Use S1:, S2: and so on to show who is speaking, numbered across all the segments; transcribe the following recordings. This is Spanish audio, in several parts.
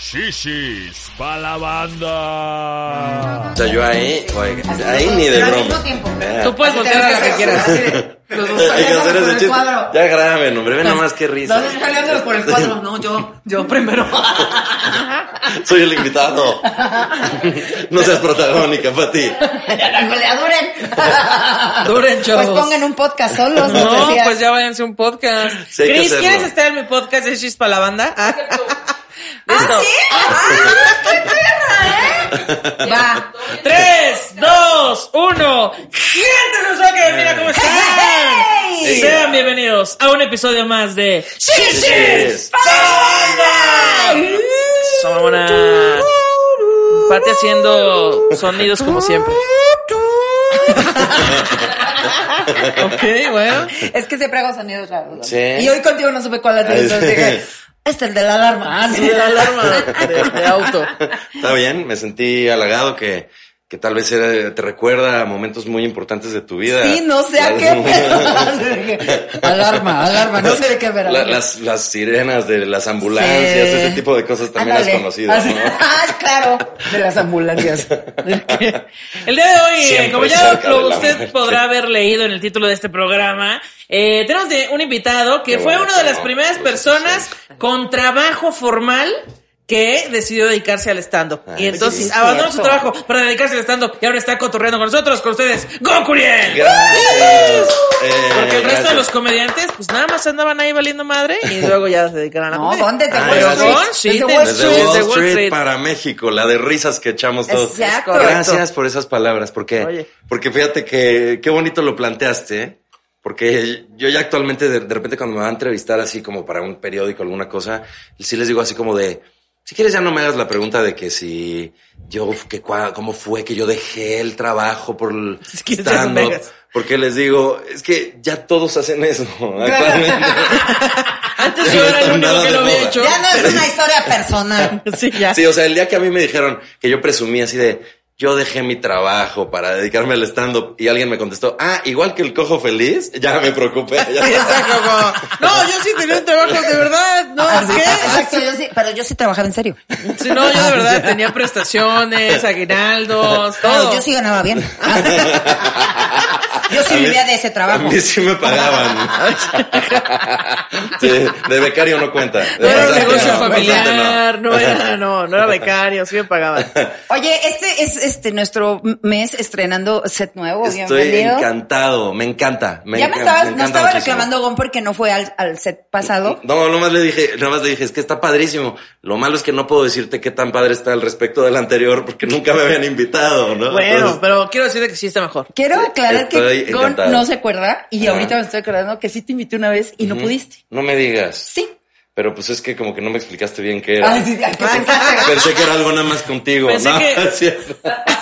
S1: Shishis pa' la banda.
S2: O sea, yo ahí ni de broma.
S3: Al mismo tiempo.
S4: Tú puedes voltear a la que quieras.
S3: Los dos peleándonos por el cuadro.
S2: Ya grábame, hombre, ve nomás qué risa.
S3: Los dos peleándonos por el cuadro. No, yo primero.
S2: Soy el invitado. No seas protagónica, Pati.
S3: Duren, chavos.
S4: Pues pongan un podcast solos.
S3: No,
S4: pues ya váyanse un podcast.
S2: Sí, hay que
S4: Chris,
S2: hacerlo.
S4: ¿quieres estar en mi podcast de Shishis para la banda?
S3: ¿Ah, sí? ¡Ah, qué perra,
S4: Va. 3, 2, 1. ¡Gente nos saque! ¡Mira cómo están!
S3: ¡Hey!
S4: Sean bienvenidos a un episodio más de
S3: ¡Shishis
S4: para la banda! Somos Pati haciendo sonidos como siempre. Ok, bueno.
S3: Es que siempre hago sonidos raros.
S2: Sí.
S3: Y hoy contigo no supe cuál hacer. Entonces dije, este es el de la alarma.
S4: Ah, sí, la alarma de auto.
S2: Está bien, me sentí halagado que tal vez te recuerda a momentos muy importantes de tu vida.
S3: Sí, no sé a qué pedo. Alarma, no sé de qué ver.
S2: Las sirenas de las ambulancias,
S3: Sí.
S2: ese tipo de cosas también
S3: Ándale.
S2: has conocido,
S3: Así-
S2: ¿no?
S3: Ah, claro, de las ambulancias.
S4: El día de hoy,
S2: Siempre
S4: como ya
S2: cerca de la
S4: usted
S2: muerte.
S4: podrá haber leído en el título de este programa, tenemos un invitado que
S2: Qué
S4: fue
S2: bueno,
S4: una de las
S2: ¿no?
S4: primeras
S2: Lo
S4: personas
S2: siempre.
S4: con trabajo formal que decidió dedicarse al stand-up.
S2: Ah,
S4: Y entonces
S3: sí,
S4: abandonó
S3: cierto.
S4: su trabajo para dedicarse al stand-up y ahora está cotorreando con nosotros, con ustedes, ¡Gokuriel!
S2: Gracias.
S4: Porque el resto
S2: Gracias.
S4: de los comediantes, pues nada más andaban ahí valiendo madre y luego ya se dedicaron a la
S3: No,
S4: comedia.
S3: ¿dónde? Desde
S2: Ah,
S3: Wall
S2: gracias.
S3: Street.
S4: Sí,
S3: Desde
S4: desde
S3: Wall
S2: Desde
S3: Street.
S2: Wall
S4: Wall
S2: Street
S4: Street.
S2: para México, la de risas que echamos todos.
S3: Exacto.
S2: Gracias por esas palabras, porque
S4: Oye.
S2: fíjate que qué bonito lo planteaste, ¿eh? Porque yo ya actualmente de repente cuando me va a entrevistar así como para un periódico o alguna cosa, sí les digo así como de, si quieres ya no me hagas la pregunta de que si cómo fue que yo dejé el trabajo por el
S4: Si quieres ya no me
S2: stand-up,
S4: hagas.
S2: porque les digo, es que ya todos hacen eso actualmente.
S4: Antes yo era el único
S2: Nada
S4: que
S2: de
S4: lo había
S2: moda.
S4: hecho.
S3: Ya no es una historia personal.
S4: Sí, ya.
S2: Sí, o sea, el día que a mí me dijeron que yo presumí así de, yo dejé mi trabajo para dedicarme al stand-up y alguien me contestó, igual que el cojo feliz, ya me preocupé. Ya.
S4: Sí, está como, no, yo sí tenía un trabajo de verdad, no, ¿qué?
S3: Exacto, pero yo sí trabajaba en serio.
S4: Sí, no, yo de verdad tenía prestaciones, aguinaldos,
S3: Claro,
S4: todo.
S3: yo sí ganaba bien. Yo sí
S2: A mí-
S3: vivía de ese
S2: A
S3: trabajo.
S2: mí sí me pagaban. Sí, de becario no cuenta. De
S4: No era un
S2: pasante
S4: negocio
S2: no,
S4: familiar,
S2: pasante
S4: no era becario, sí me pagaban.
S3: Oye, este es nuestro mes estrenando set nuevo.
S2: Estoy
S3: Bienvenido.
S2: encantado, me encanta.
S3: No
S2: encanta
S3: estaba
S2: muchísimo.
S3: reclamando Gon porque no fue al set pasado.
S2: No, nomás le dije, es que está padrísimo. Lo malo es que no puedo decirte qué tan padre está al respecto del anterior porque nunca me habían invitado, ¿no?
S4: Bueno,
S2: Entonces,
S4: pero quiero decirte que sí está mejor.
S3: Quiero aclarar
S2: estoy
S3: que Gon
S2: encantado.
S3: no se acuerda y
S2: Ajá.
S3: ahorita me estoy acordando que sí te invité una vez y no pudiste.
S2: no me digas.
S3: Sí.
S2: Pero pues es que como que no me explicaste bien qué era.
S3: Ay, sí, ay, ¿qué pensaste?
S2: Pensé que era algo nada más contigo.
S4: Pensé
S2: no,
S4: que-
S2: es cierto.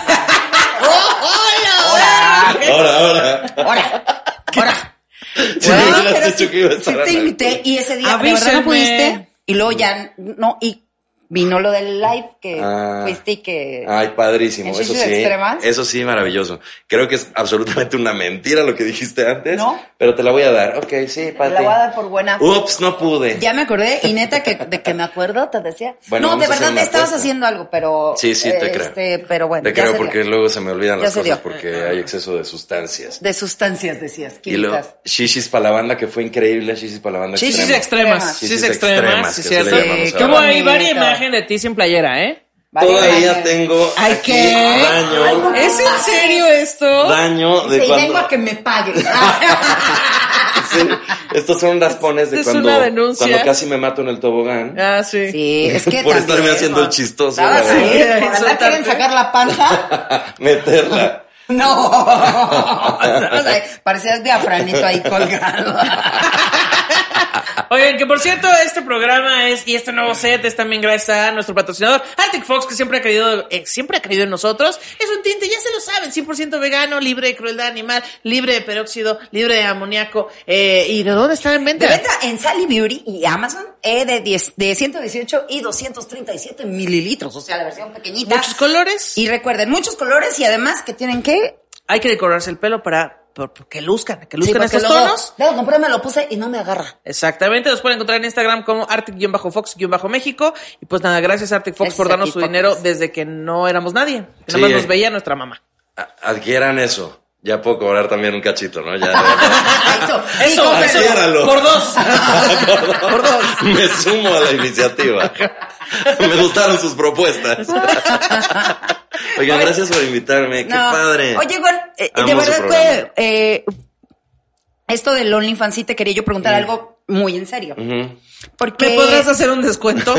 S3: ¡Ahora!
S2: Ahora. Sí,
S3: Bueno,
S2: me hubieras
S3: pero
S2: dicho
S3: sí,
S2: que iba a
S3: sí
S2: estar
S3: te
S2: Ana.
S3: invité y ese día de verdad
S4: Avísenme.
S3: no pudiste y luego ya no, y vino lo del live que fuiste y que...
S2: Ay, padrísimo.
S3: ¿En
S2: Eso
S3: Shishis
S2: sí.
S3: Extremas?
S2: Eso sí, maravilloso. Creo que es absolutamente una mentira lo que dijiste antes.
S3: ¿No?
S2: Pero te la voy a dar. Ok, sí,
S3: Te
S2: Pati.
S3: la voy a dar por buena.
S2: Ups, no pude.
S3: Ya me acordé y neta de que me acuerdo te decía.
S2: Bueno,
S3: No,
S2: vamos
S3: de
S2: a hacer
S3: verdad
S2: una
S3: estabas
S2: apuesta.
S3: haciendo algo, pero...
S2: Sí, te creo.
S3: Pero bueno,
S2: Te
S3: ya
S2: creo
S3: se
S2: porque
S3: dio.
S2: luego se me olvidan
S3: Ya
S2: las
S3: se
S2: cosas
S3: dio.
S2: porque hay exceso de sustancias.
S3: De sustancias, decías,
S2: Y luego,
S3: químicas.
S2: Shishis para la banda, que fue increíble. Shishis para la banda.
S4: Shishis
S2: extrema.
S4: extremas,
S3: Shishis
S4: shishis extremas, sí,
S2: que se le
S4: cierto.
S2: llamamos
S3: qué
S2: ahora.
S4: Tuvo ahí
S3: bonito.
S4: varias imágenes de ti sin playera, ¿eh?
S2: Todavía tengo
S3: Ay,
S2: aquí
S3: ¿qué?
S2: daño.
S4: ¿Es en serio esto?
S2: Daño de
S3: Sí, vengo
S2: cuando...
S3: a que me pague.
S2: Sí, estos son raspones de
S4: Es
S2: cuando,
S4: una denuncia.
S2: cuando casi me mato en el tobogán.
S4: Ah, sí.
S3: Sí, es que
S2: Por
S3: también,
S2: estarme haciendo el chistoso. la
S3: ¿Sabes? Sí,
S2: verdad.
S3: por andar quieren sacar la panza.
S2: Meterla.
S3: No. O sea, parecías diafranito ahí colgado.
S4: Oigan, que por cierto, este programa y este nuevo set es también gracias a nuestro patrocinador, Arctic Fox, que siempre ha creído en nosotros. Es un tinte, ya se lo saben, 100% vegano, libre de crueldad animal, libre de peróxido, libre de amoníaco. ¿Y de dónde está en venta?
S3: De venta en Sally Beauty y Amazon, de 118 y 237 mililitros, o sea, la versión pequeñita.
S4: Muchos colores.
S3: Y recuerden, muchos colores y además que tienen que...
S4: Hay que decorarse el pelo para que luzcan
S3: Sí,
S4: estos
S3: porque
S4: tonos.
S3: Luego compré, me lo puse y no me agarra.
S4: Exactamente, los pueden encontrar en Instagram como Arctic-Fox-México. Y pues nada, gracias Arctic Fox por
S3: Gracias a
S4: darnos
S3: ti,
S4: su
S3: Fox.
S4: dinero desde que no éramos nadie. Que
S2: Sí.
S4: nada más nos veía nuestra mamá.
S2: Adquieran eso. Ya puedo cobrar también un cachito, ¿no? Ya.
S4: Eso,
S2: adquiéralo.
S4: por dos. Por dos.
S2: Me sumo a la iniciativa. Me gustaron sus propuestas. Oigan, gracias por invitarme. Qué padre.
S3: Oye, igual,
S2: Amo
S3: de
S2: su
S3: verdad
S2: programa.
S3: que esto del OnlyFans sí te quería yo preguntar algo muy en serio.
S2: Ujú.
S3: Porque...
S4: ¿Me podrás hacer un descuento?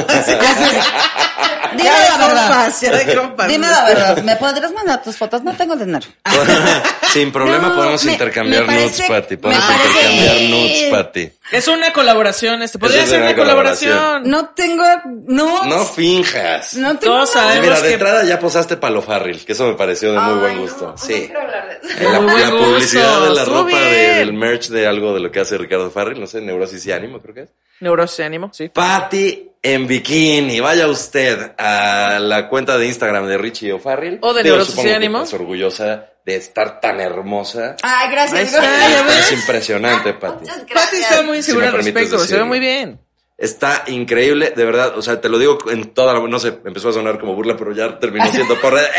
S3: Dime la verdad.
S4: Compas.
S3: Dime la verdad. ¿Me podrías mandar tus fotos? No tengo dinero.
S2: Sin problema
S3: No,
S2: podemos
S3: me
S2: intercambiar nudes,
S3: parece-
S2: Pati.
S3: me
S2: Podemos
S3: parece-
S2: intercambiar nudes, Pati.
S4: Es una colaboración, podría
S2: es
S4: ser
S2: una
S4: una colaboración.
S3: No tengo...
S2: No finjas.
S3: No tengo...
S4: Todos sabemos
S2: Mira, de
S4: que-
S2: entrada ya posaste para lo Farrell, que eso me pareció de muy buen gusto.
S3: No,
S2: Sí.
S3: no quiero hablar de eso.
S4: De
S2: La,
S4: muy buen
S2: la
S4: gusto,
S2: publicidad de la
S4: estuvo
S2: ropa
S4: bien.
S2: del merch de algo de lo que hace Ricardo Farrell, no sé, Neurosis y Ánimo, creo que es.
S4: Neurosis y ánimo, sí.
S2: Pati en bikini. Vaya usted a la cuenta de Instagram de Richie O'Farrell.
S4: O de
S2: Digo,
S4: Neurosis
S2: supongo
S4: y
S2: que
S4: Ánimo.
S2: estás orgullosa de estar tan hermosa.
S3: Ay, gracias.
S4: Ahí está, ya ves.
S2: Es impresionante, Pati.
S3: Muchas
S4: Pati
S3: gracias.
S4: está muy
S2: Si
S4: segura
S2: me
S4: al
S2: permites
S4: respecto, se ve
S2: decirlo.
S4: muy bien.
S2: Está increíble, de verdad. O sea, te lo digo en toda la... No sé, empezó a sonar como burla, pero ya terminó siendo por...
S3: Dices,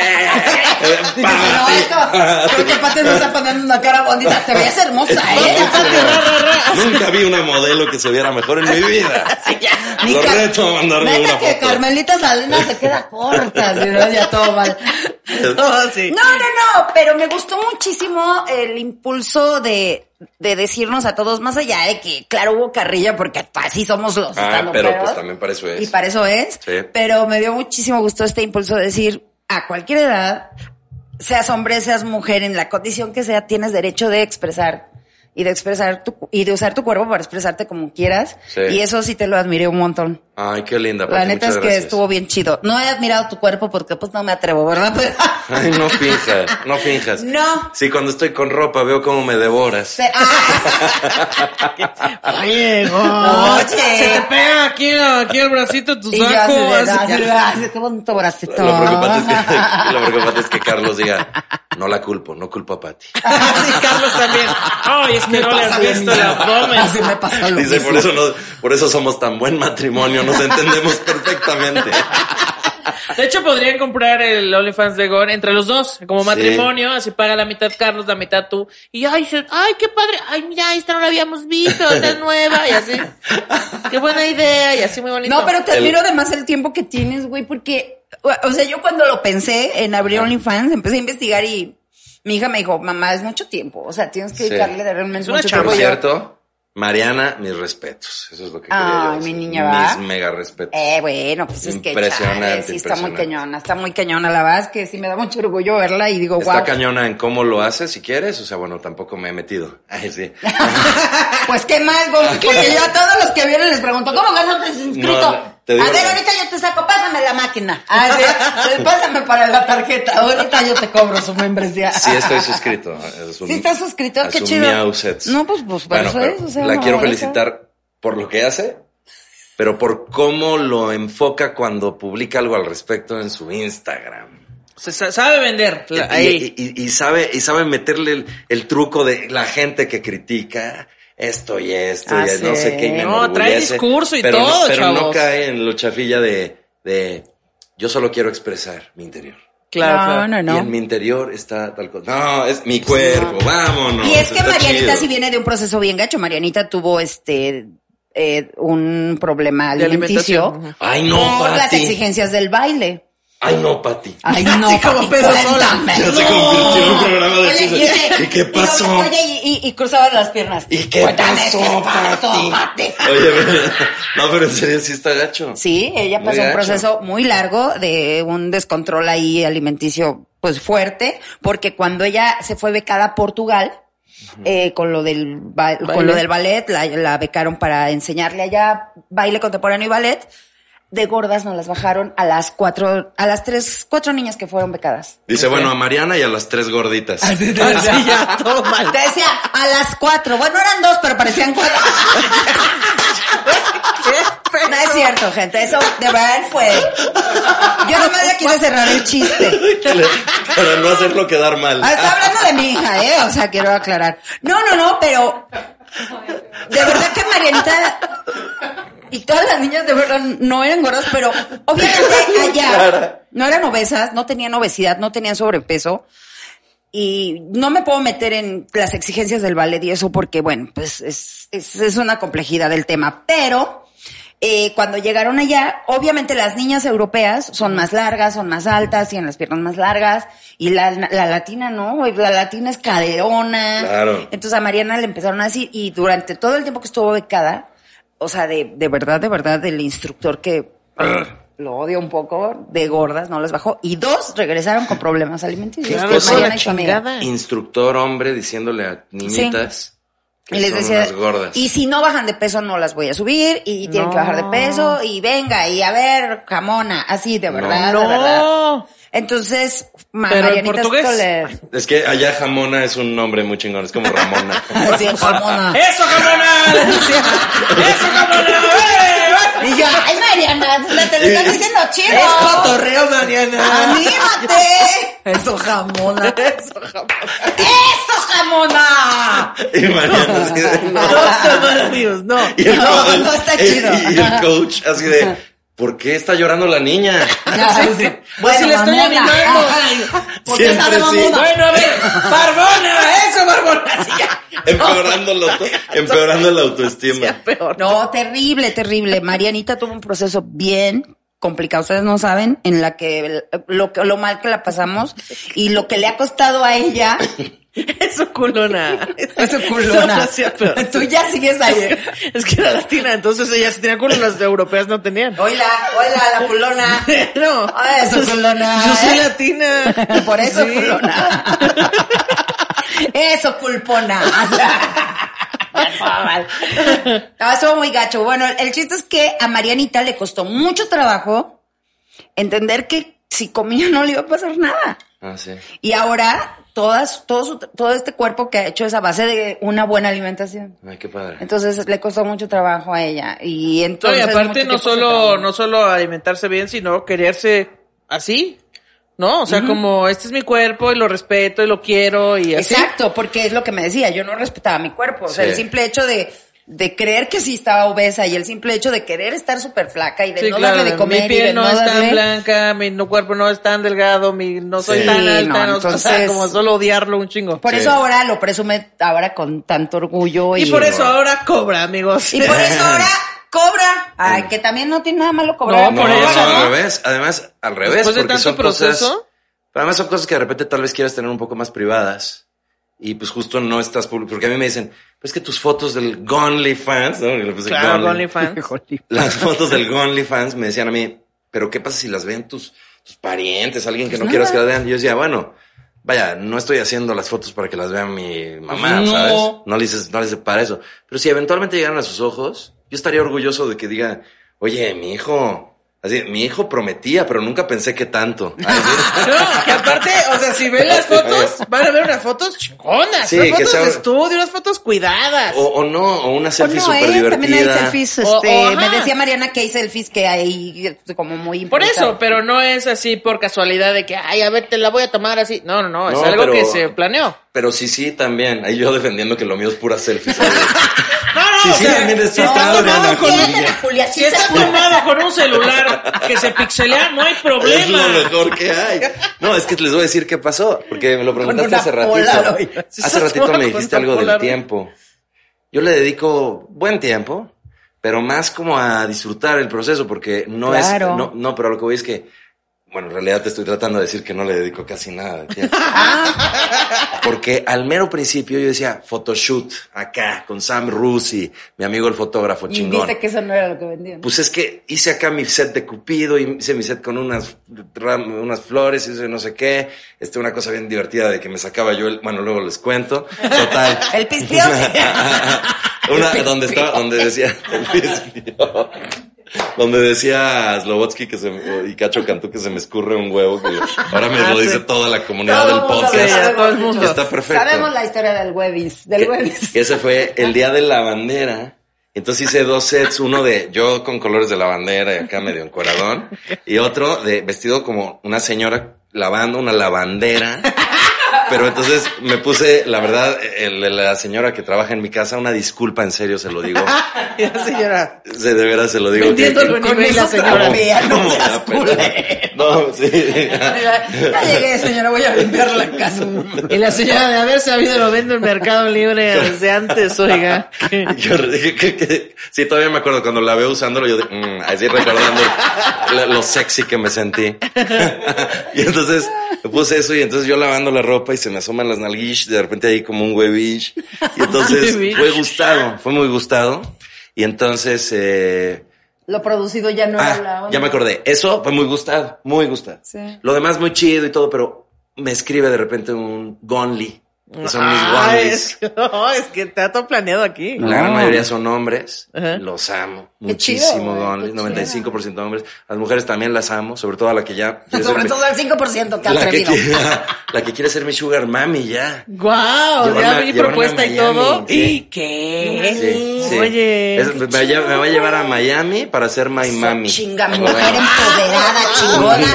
S3: no, esto, creo que Pati me está poniendo una cara bonita. Te veías hermosa, ¿eh?
S2: Nunca vi una modelo que se viera mejor en mi vida.
S3: Mi
S2: Lo
S3: Car-
S2: reto a mandarme
S3: Neta
S2: una
S3: que
S2: foto.
S3: Carmelita Salinas se queda corta, si no, ya todo mal.
S4: Todo sí.
S3: No, pero me gustó muchísimo el impulso de decirnos a todos, más allá de que, claro, hubo carrilla, porque así somos los
S2: Ah,
S3: estandoperos,
S2: pero pues también para eso es.
S3: y para eso es,
S2: Sí.
S3: pero me dio muchísimo gusto este impulso de decir, a cualquier edad, seas hombre, seas mujer, en la condición que sea, tienes derecho de expresar y de expresar y de usar tu cuerpo para expresarte como quieras.
S2: Sí.
S3: Y eso sí te lo admiré un montón.
S2: Ay, qué linda, Pati,
S3: La neta
S2: muchas
S3: es que
S2: gracias.
S3: estuvo bien chido. No he admirado tu cuerpo porque pues no me atrevo, ¿verdad?
S2: Ay, no finjas, no finjas.
S3: No.
S2: Sí, cuando estoy con ropa veo cómo me devoras.
S4: Oye,
S3: Oye.
S4: se te pega aquí el bracito de tu
S3: Y ya
S4: saco.
S3: así, qué bonito bracito.
S2: Lo preocupante es que Carlos diga, no la culpo, no culpo a Pati.
S4: Sí, Carlos también. Ay, es que no le has visto el abdomen.
S3: Así me pasa lo
S2: Dice,
S3: mismo.
S2: por eso somos tan buen matrimonio, nos entendemos perfectamente.
S4: De hecho, podrían comprar el OnlyFans de Gon entre los dos, como
S2: Sí.
S4: matrimonio, así paga la mitad Carlos, la mitad tú. Y ay, qué padre, ay, mira, esta no la habíamos visto, esta es nueva, y así. Qué buena idea, y así muy bonito.
S3: No, pero te admiro además el tiempo que tienes, güey, porque, o sea, yo cuando lo pensé en abrir OnlyFans, empecé a investigar y mi hija me dijo, mamá, es mucho tiempo, o sea, tienes que
S2: Sí.
S3: dedicarle realmente
S4: Es una
S3: mucho
S4: chamba.
S3: tiempo.
S2: Por
S3: Yo,
S2: cierto, Mariana, mis respetos. Eso es lo que quería yo
S3: Ay,
S2: decir.
S3: mi niña, ¿va?
S2: Mis mega respetos.
S3: Bueno, pues es que
S2: Impresionante,
S3: chale, sí está muy
S2: impresionante.
S3: está muy cañona, la verdad es que sí me da mucho orgullo verla y digo,
S2: Está
S3: wow.
S2: cañona en cómo lo hace, si quieres. O sea, bueno, tampoco me he metido. Ay, sí.
S3: Pues qué más, güey, porque yo a todos los que vienen les pregunto, ¿cómo ganaste ese inscrito?
S2: No, te digo,
S3: A ver,
S2: no.
S3: ahorita yo te saco, pásame la máquina. A ver, pásame para la tarjeta, ahorita yo te cobro su membresía.
S2: Sí, estoy suscrito.
S3: ¿Sí estás suscrito?
S2: a
S3: Qué
S2: su
S3: chido.
S2: Miau Sets.
S3: No, pues por
S2: Bueno,
S3: eso
S2: pero
S3: es, o sea,
S2: la
S3: no,
S2: quiero
S3: eso.
S2: felicitar por lo que hace, pero por cómo lo enfoca cuando publica algo al respecto en su Instagram.
S4: Se sabe vender. Ahí.
S2: Y sabe meterle el truco de la gente que critica esto y esto,
S3: Ah,
S2: y no
S3: sí.
S2: sé qué, y me
S4: No, trae
S2: enorgullece,
S4: discurso y
S2: pero
S4: todo,
S2: no, pero no
S4: chavos.
S2: cae en lo chafilla de yo solo quiero expresar mi interior.
S4: Claro.
S3: No.
S2: Y en mi interior está tal cosa. No, es mi cuerpo, vámonos.
S3: Y es que
S2: está
S3: Marianita
S2: chido.
S3: sí viene de un proceso bien gacho. Marianita tuvo un problema
S4: De
S3: alimenticio
S4: alimentación.
S2: Ay, no,
S3: por las
S2: Pati.
S3: exigencias del baile.
S2: Ay, no, Pati.
S3: Ay, no,
S4: Así como
S3: Pati,
S4: Pedro Sola.
S3: cuéntame.
S2: Ya se convirtió en un programa de
S3: Oye,
S2: chismes. ¿Y qué pasó?
S3: Oye, y cruzaba las piernas.
S2: ¿Y qué
S3: Cuéntame,
S2: pasó,
S3: ¿qué pasó,
S2: Pati?
S3: Pati?
S2: Oye, no, pero en serio sí está gacho.
S3: Sí, ella
S2: Muy
S3: pasó un
S2: gacho.
S3: proceso muy largo de un descontrol ahí alimenticio pues fuerte, porque cuando ella se fue becada a Portugal, con lo del ballet, la becaron para enseñarle allá baile contemporáneo y ballet. De gordas nos las bajaron a las cuatro niñas que fueron becadas.
S2: Dice, bueno, a Mariana y a las 3 gorditas.
S4: Así ya, todo mal.
S3: Te decía, a las 4. Bueno, eran 2, pero parecían 4. No es cierto, gente. Eso de verdad fue. Yo nomás le quise cerrar el chiste.
S2: Para no hacerlo quedar mal.
S3: Está hablando hablando de mi hija, o sea, quiero aclarar. No, pero de verdad que Marianita y todas las niñas de verdad no eran gordas, pero obviamente allá no eran obesas, no tenían obesidad, no tenían sobrepeso. Y no me puedo meter en las exigencias del ballet y eso porque, bueno, pues es una complejidad del tema. Pero cuando llegaron allá, obviamente las niñas europeas son más largas, son más altas, tienen las piernas más largas. Y la latina no, la latina es caderona.
S2: Claro.
S3: Entonces a Mariana le empezaron a decir, y durante todo el tiempo que estuvo becada, o sea, de verdad, el instructor que lo odio un poco, de gordas, no les bajó. Y 2 regresaron con problemas alimenticios.
S2: Claro,
S3: Mariana y su amiga.
S2: Instructor hombre diciéndole a niñitas que
S3: y les
S2: son
S3: decía,
S2: unas gordas.
S3: y si no bajan de peso no las voy a subir, y tienen que bajar de peso, y venga, y a ver, jamona, así, de verdad, de verdad. Entonces, Marianita Stoller.
S2: Es que allá jamona es un nombre muy chingón, es como Ramona.
S3: Así es, jamona.
S4: ¡Eso, jamona! Le decía, ¡eso, jamona!
S3: Y yo, ay, Mariana, te lo están diciendo chido.
S4: Es cotorreo, Mariana.
S3: ¡Anímate! Eso, jamona. ¡Eso, jamona!
S2: Y Mariana así de, no.
S4: Amigos, no.
S2: Y el
S3: No, está chido.
S2: Y el coach así de, ¿por qué está llorando la niña?
S4: Pues si le estoy
S3: mamona.
S4: animando.
S3: ¿Por qué
S2: Siempre
S3: está de
S2: sí.
S3: mamona?
S4: Bueno, a ver, Barbona, eso, Barbona. Sí, ya.
S2: Empeorando la autoestima.
S4: Ya, peor.
S3: No, terrible. Marianita tuvo un proceso bien complicado, ustedes no saben, en la que lo mal que la pasamos y lo que le ha costado a ella.
S4: Eso culona.
S3: Eso culona.
S4: Eso hacía peor.
S3: Tú ya sigues ahí.
S4: Es que era latina, entonces ella sí tenía culo, las europeas no tenían.
S3: Hola, la culona.
S4: No.
S3: Ay, eso culona.
S4: Yo soy latina.
S3: Por eso
S4: Sí.
S3: culona. Eso culpona. No, estuvo muy gacho. Bueno, el chiste es que a Marianita le costó mucho trabajo entender que si comía no le iba a pasar nada.
S2: Ah, sí.
S3: Y ahora todo este cuerpo que ha hecho es a base de una buena alimentación.
S2: Ay, qué padre.
S3: Entonces le costó mucho trabajo a ella. Y
S4: No,
S3: entonces
S4: y aparte
S3: mucho
S4: no
S3: tiempo se traumó.
S4: no solo alimentarse bien, sino quererse así, ¿no? O sea, como este es mi cuerpo y lo respeto y lo quiero y así.
S3: Exacto, porque es lo que me decía, yo no respetaba mi cuerpo. O sea,
S2: Sí.
S3: el simple hecho de creer que sí estaba obesa y el simple hecho de querer estar súper flaca y de
S4: Sí,
S3: no
S4: claro,
S3: darle de comer
S4: mi
S3: y
S4: piel
S3: de
S4: no
S3: no
S4: es tan
S3: darle...
S4: blanca, mi cuerpo no es tan delgado, no soy
S2: Sí.
S4: tan
S3: Sí,
S4: alta,
S3: no,
S4: no, o sea,
S3: entonces-
S4: como solo odiarlo un chingo.
S3: Por
S2: Sí.
S3: eso ahora lo presume ahora con tanto orgullo.
S4: Y por eso ahora cobra, amigos.
S3: Y por eso ahora cobra. Ay, que también no tiene nada malo cobrar.
S4: No, por eso,
S2: al
S4: ¿no?
S2: revés. Además, al revés.
S4: Después de
S2: porque
S4: tanto
S2: son
S4: proceso.
S2: cosas. Pero además son cosas que de repente tal vez quieras tener un poco más privadas. Y pues justo no estás público. Porque a mí me dicen, pues que tus fotos del OnlyFans, ¿no? Y le puse
S4: Claro,
S2: Gonly.
S4: OnlyFans.
S2: Las fotos del OnlyFans me decían a mí, pero ¿qué pasa si las ven tus parientes, alguien que no quieras que las vean? Y yo decía, bueno, vaya, no estoy haciendo las fotos para que las vea mi mamá,
S3: No.
S2: ¿sabes? No le hice para eso. Pero si eventualmente llegaran a sus ojos, yo estaría orgulloso de que diga, oye, mi hijo prometía, pero nunca pensé que tanto. Ay,
S4: No, que aparte, o sea, si ven las fotos, van a ver unas fotos chingonas,
S2: Sí,
S4: unas
S2: que
S4: fotos
S2: sea-
S4: de estudio, unas fotos cuidadas.
S2: o no, o una selfie
S3: no,
S2: súper divertida.
S3: también hay selfies,
S4: O- ajá.
S3: me decía Mariana que hay selfies que hay como muy
S4: Por eso,
S3: improvisados.
S4: pero no es así por casualidad de que, ay, a ver, te la voy a tomar así. No, es
S2: No,
S4: algo
S2: pero-
S4: que se planeó.
S2: Pero sí, también. Ahí yo defendiendo que lo mío es pura selfie.
S4: No,
S2: Sí,
S4: o
S2: sí,
S4: sea,
S2: también es
S4: si está
S2: tratado de
S4: tomado con
S2: anatomía.
S3: Julia,
S4: si está tomado con un celular que se pixelea, no hay
S2: Es
S4: problema.
S2: lo mejor que hay. No, es que les voy a decir qué pasó, porque me lo preguntaste
S3: una
S2: hace ratito.
S3: Polaroid.
S2: Hace ratito me dijiste
S4: Con
S2: algo del
S4: Polaroid.
S2: tiempo. Yo le dedico buen tiempo, pero más como a disfrutar el proceso, porque no
S3: Claro.
S2: es, no, pero lo que voy es que, bueno, en realidad te estoy tratando de decir que no le dedico casi nada de tiempo. Porque al mero principio yo decía, photoshoot, acá, con Sam Rusi, mi amigo el fotógrafo
S3: Y
S2: chingón.
S3: viste que eso no era lo que vendían.
S2: Pues es que hice acá mi set de Cupido, y hice mi set con unas flores, hice no sé qué, una cosa bien divertida de que me sacaba yo bueno, luego les cuento. Total.
S3: El pispio.
S2: donde decía, el pispio. Donde decía Slobotsky y Cacho Cantú que se me escurre un huevo, que ahora me lo dice toda la comunidad
S3: Todo
S2: del
S3: el mundo
S2: podcast.
S3: sabe,
S4: todo el mundo.
S2: Está perfecto.
S3: Sabemos la historia del Webis.
S2: Que ese fue el día de la bandera. Entonces hice 2 sets, uno de yo con colores de la bandera y acá medio encueradón, y otro de vestido como una señora lavando una lavandera. Pero entonces me puse, la verdad, la señora que trabaja en mi casa, una disculpa, en serio se lo digo.
S4: La señora.
S2: De veras se lo digo.
S4: Vendiendo con nivel la señora.
S3: No seas culero.
S2: No, sí.
S3: Ya llegué, señora, voy a limpiar la casa.
S4: Y la señora, de haber sabido, lo vende en Mercado Libre desde antes, oiga.
S2: Sí, todavía me acuerdo cuando la veo usándolo, yo así recordando lo sexy que me sentí. Y entonces me puse eso y entonces yo lavando la ropa y se me asoman las nalguish, de repente ahí como un huevish. Y entonces fue muy gustado. Y entonces...
S3: Lo producido ya no era la onda.
S2: Ya me acordé. Eso fue muy gustado, muy gustado.
S3: Sí.
S2: Lo demás muy chido y todo, pero me escribe de repente un Gonly. Que son mis Gonlys.
S4: Es que está todo planeado aquí.
S2: La gran mayoría son hombres.
S4: Ajá.
S2: Los amo.
S3: Qué
S2: Muchísimo
S3: chido,
S2: Gonlys.
S3: qué
S2: 95% hombres. Las mujeres también las amo. Sobre todo a la que ya...
S3: Sobre todo el 5% que ha
S2: la que,
S3: atrevido.
S2: la que quiere ser mi sugar mami ya.
S4: Guau, ya mi propuesta y todo.
S2: Sí.
S4: ¿Y qué?
S2: Sí.
S4: Oye.
S2: Me va a llevar a Miami para ser my mami.
S3: Chinga, mujer empoderada, chingona.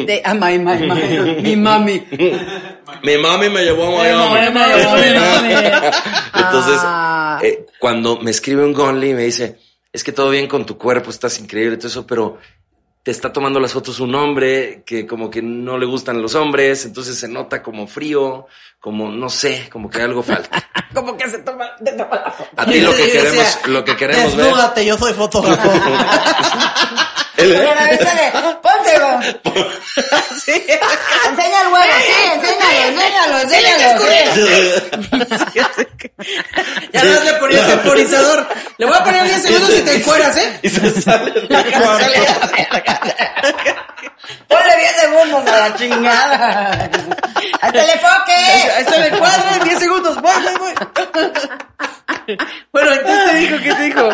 S3: Mi mami.
S2: Mi mami me llevó a Miami. Entonces, cuando me escribe un Gonly me dice, es que todo bien con tu cuerpo, estás increíble y todo eso, pero te está tomando las fotos un hombre que como que no le gustan los hombres, entonces se nota como frío, como no sé, como que algo falta.
S3: Como que te toma la foto.
S2: A ti lo que queremos ver.
S4: Desnúdate, yo soy fotógrafo.
S3: Ponte,
S4: Sí.
S3: enseña el huevo, sí, enséñalo.
S4: Ya no le ponía el temporizador. Le voy a poner 10 segundos y te encueras, ¿eh?
S2: Y se sale la
S3: Ponle 10 segundos a la chingada. ¡Al telefoque!
S4: Ahí está el cuadro, 10 segundos. Voy. Bueno, entonces te dijo, ¿qué te dijo?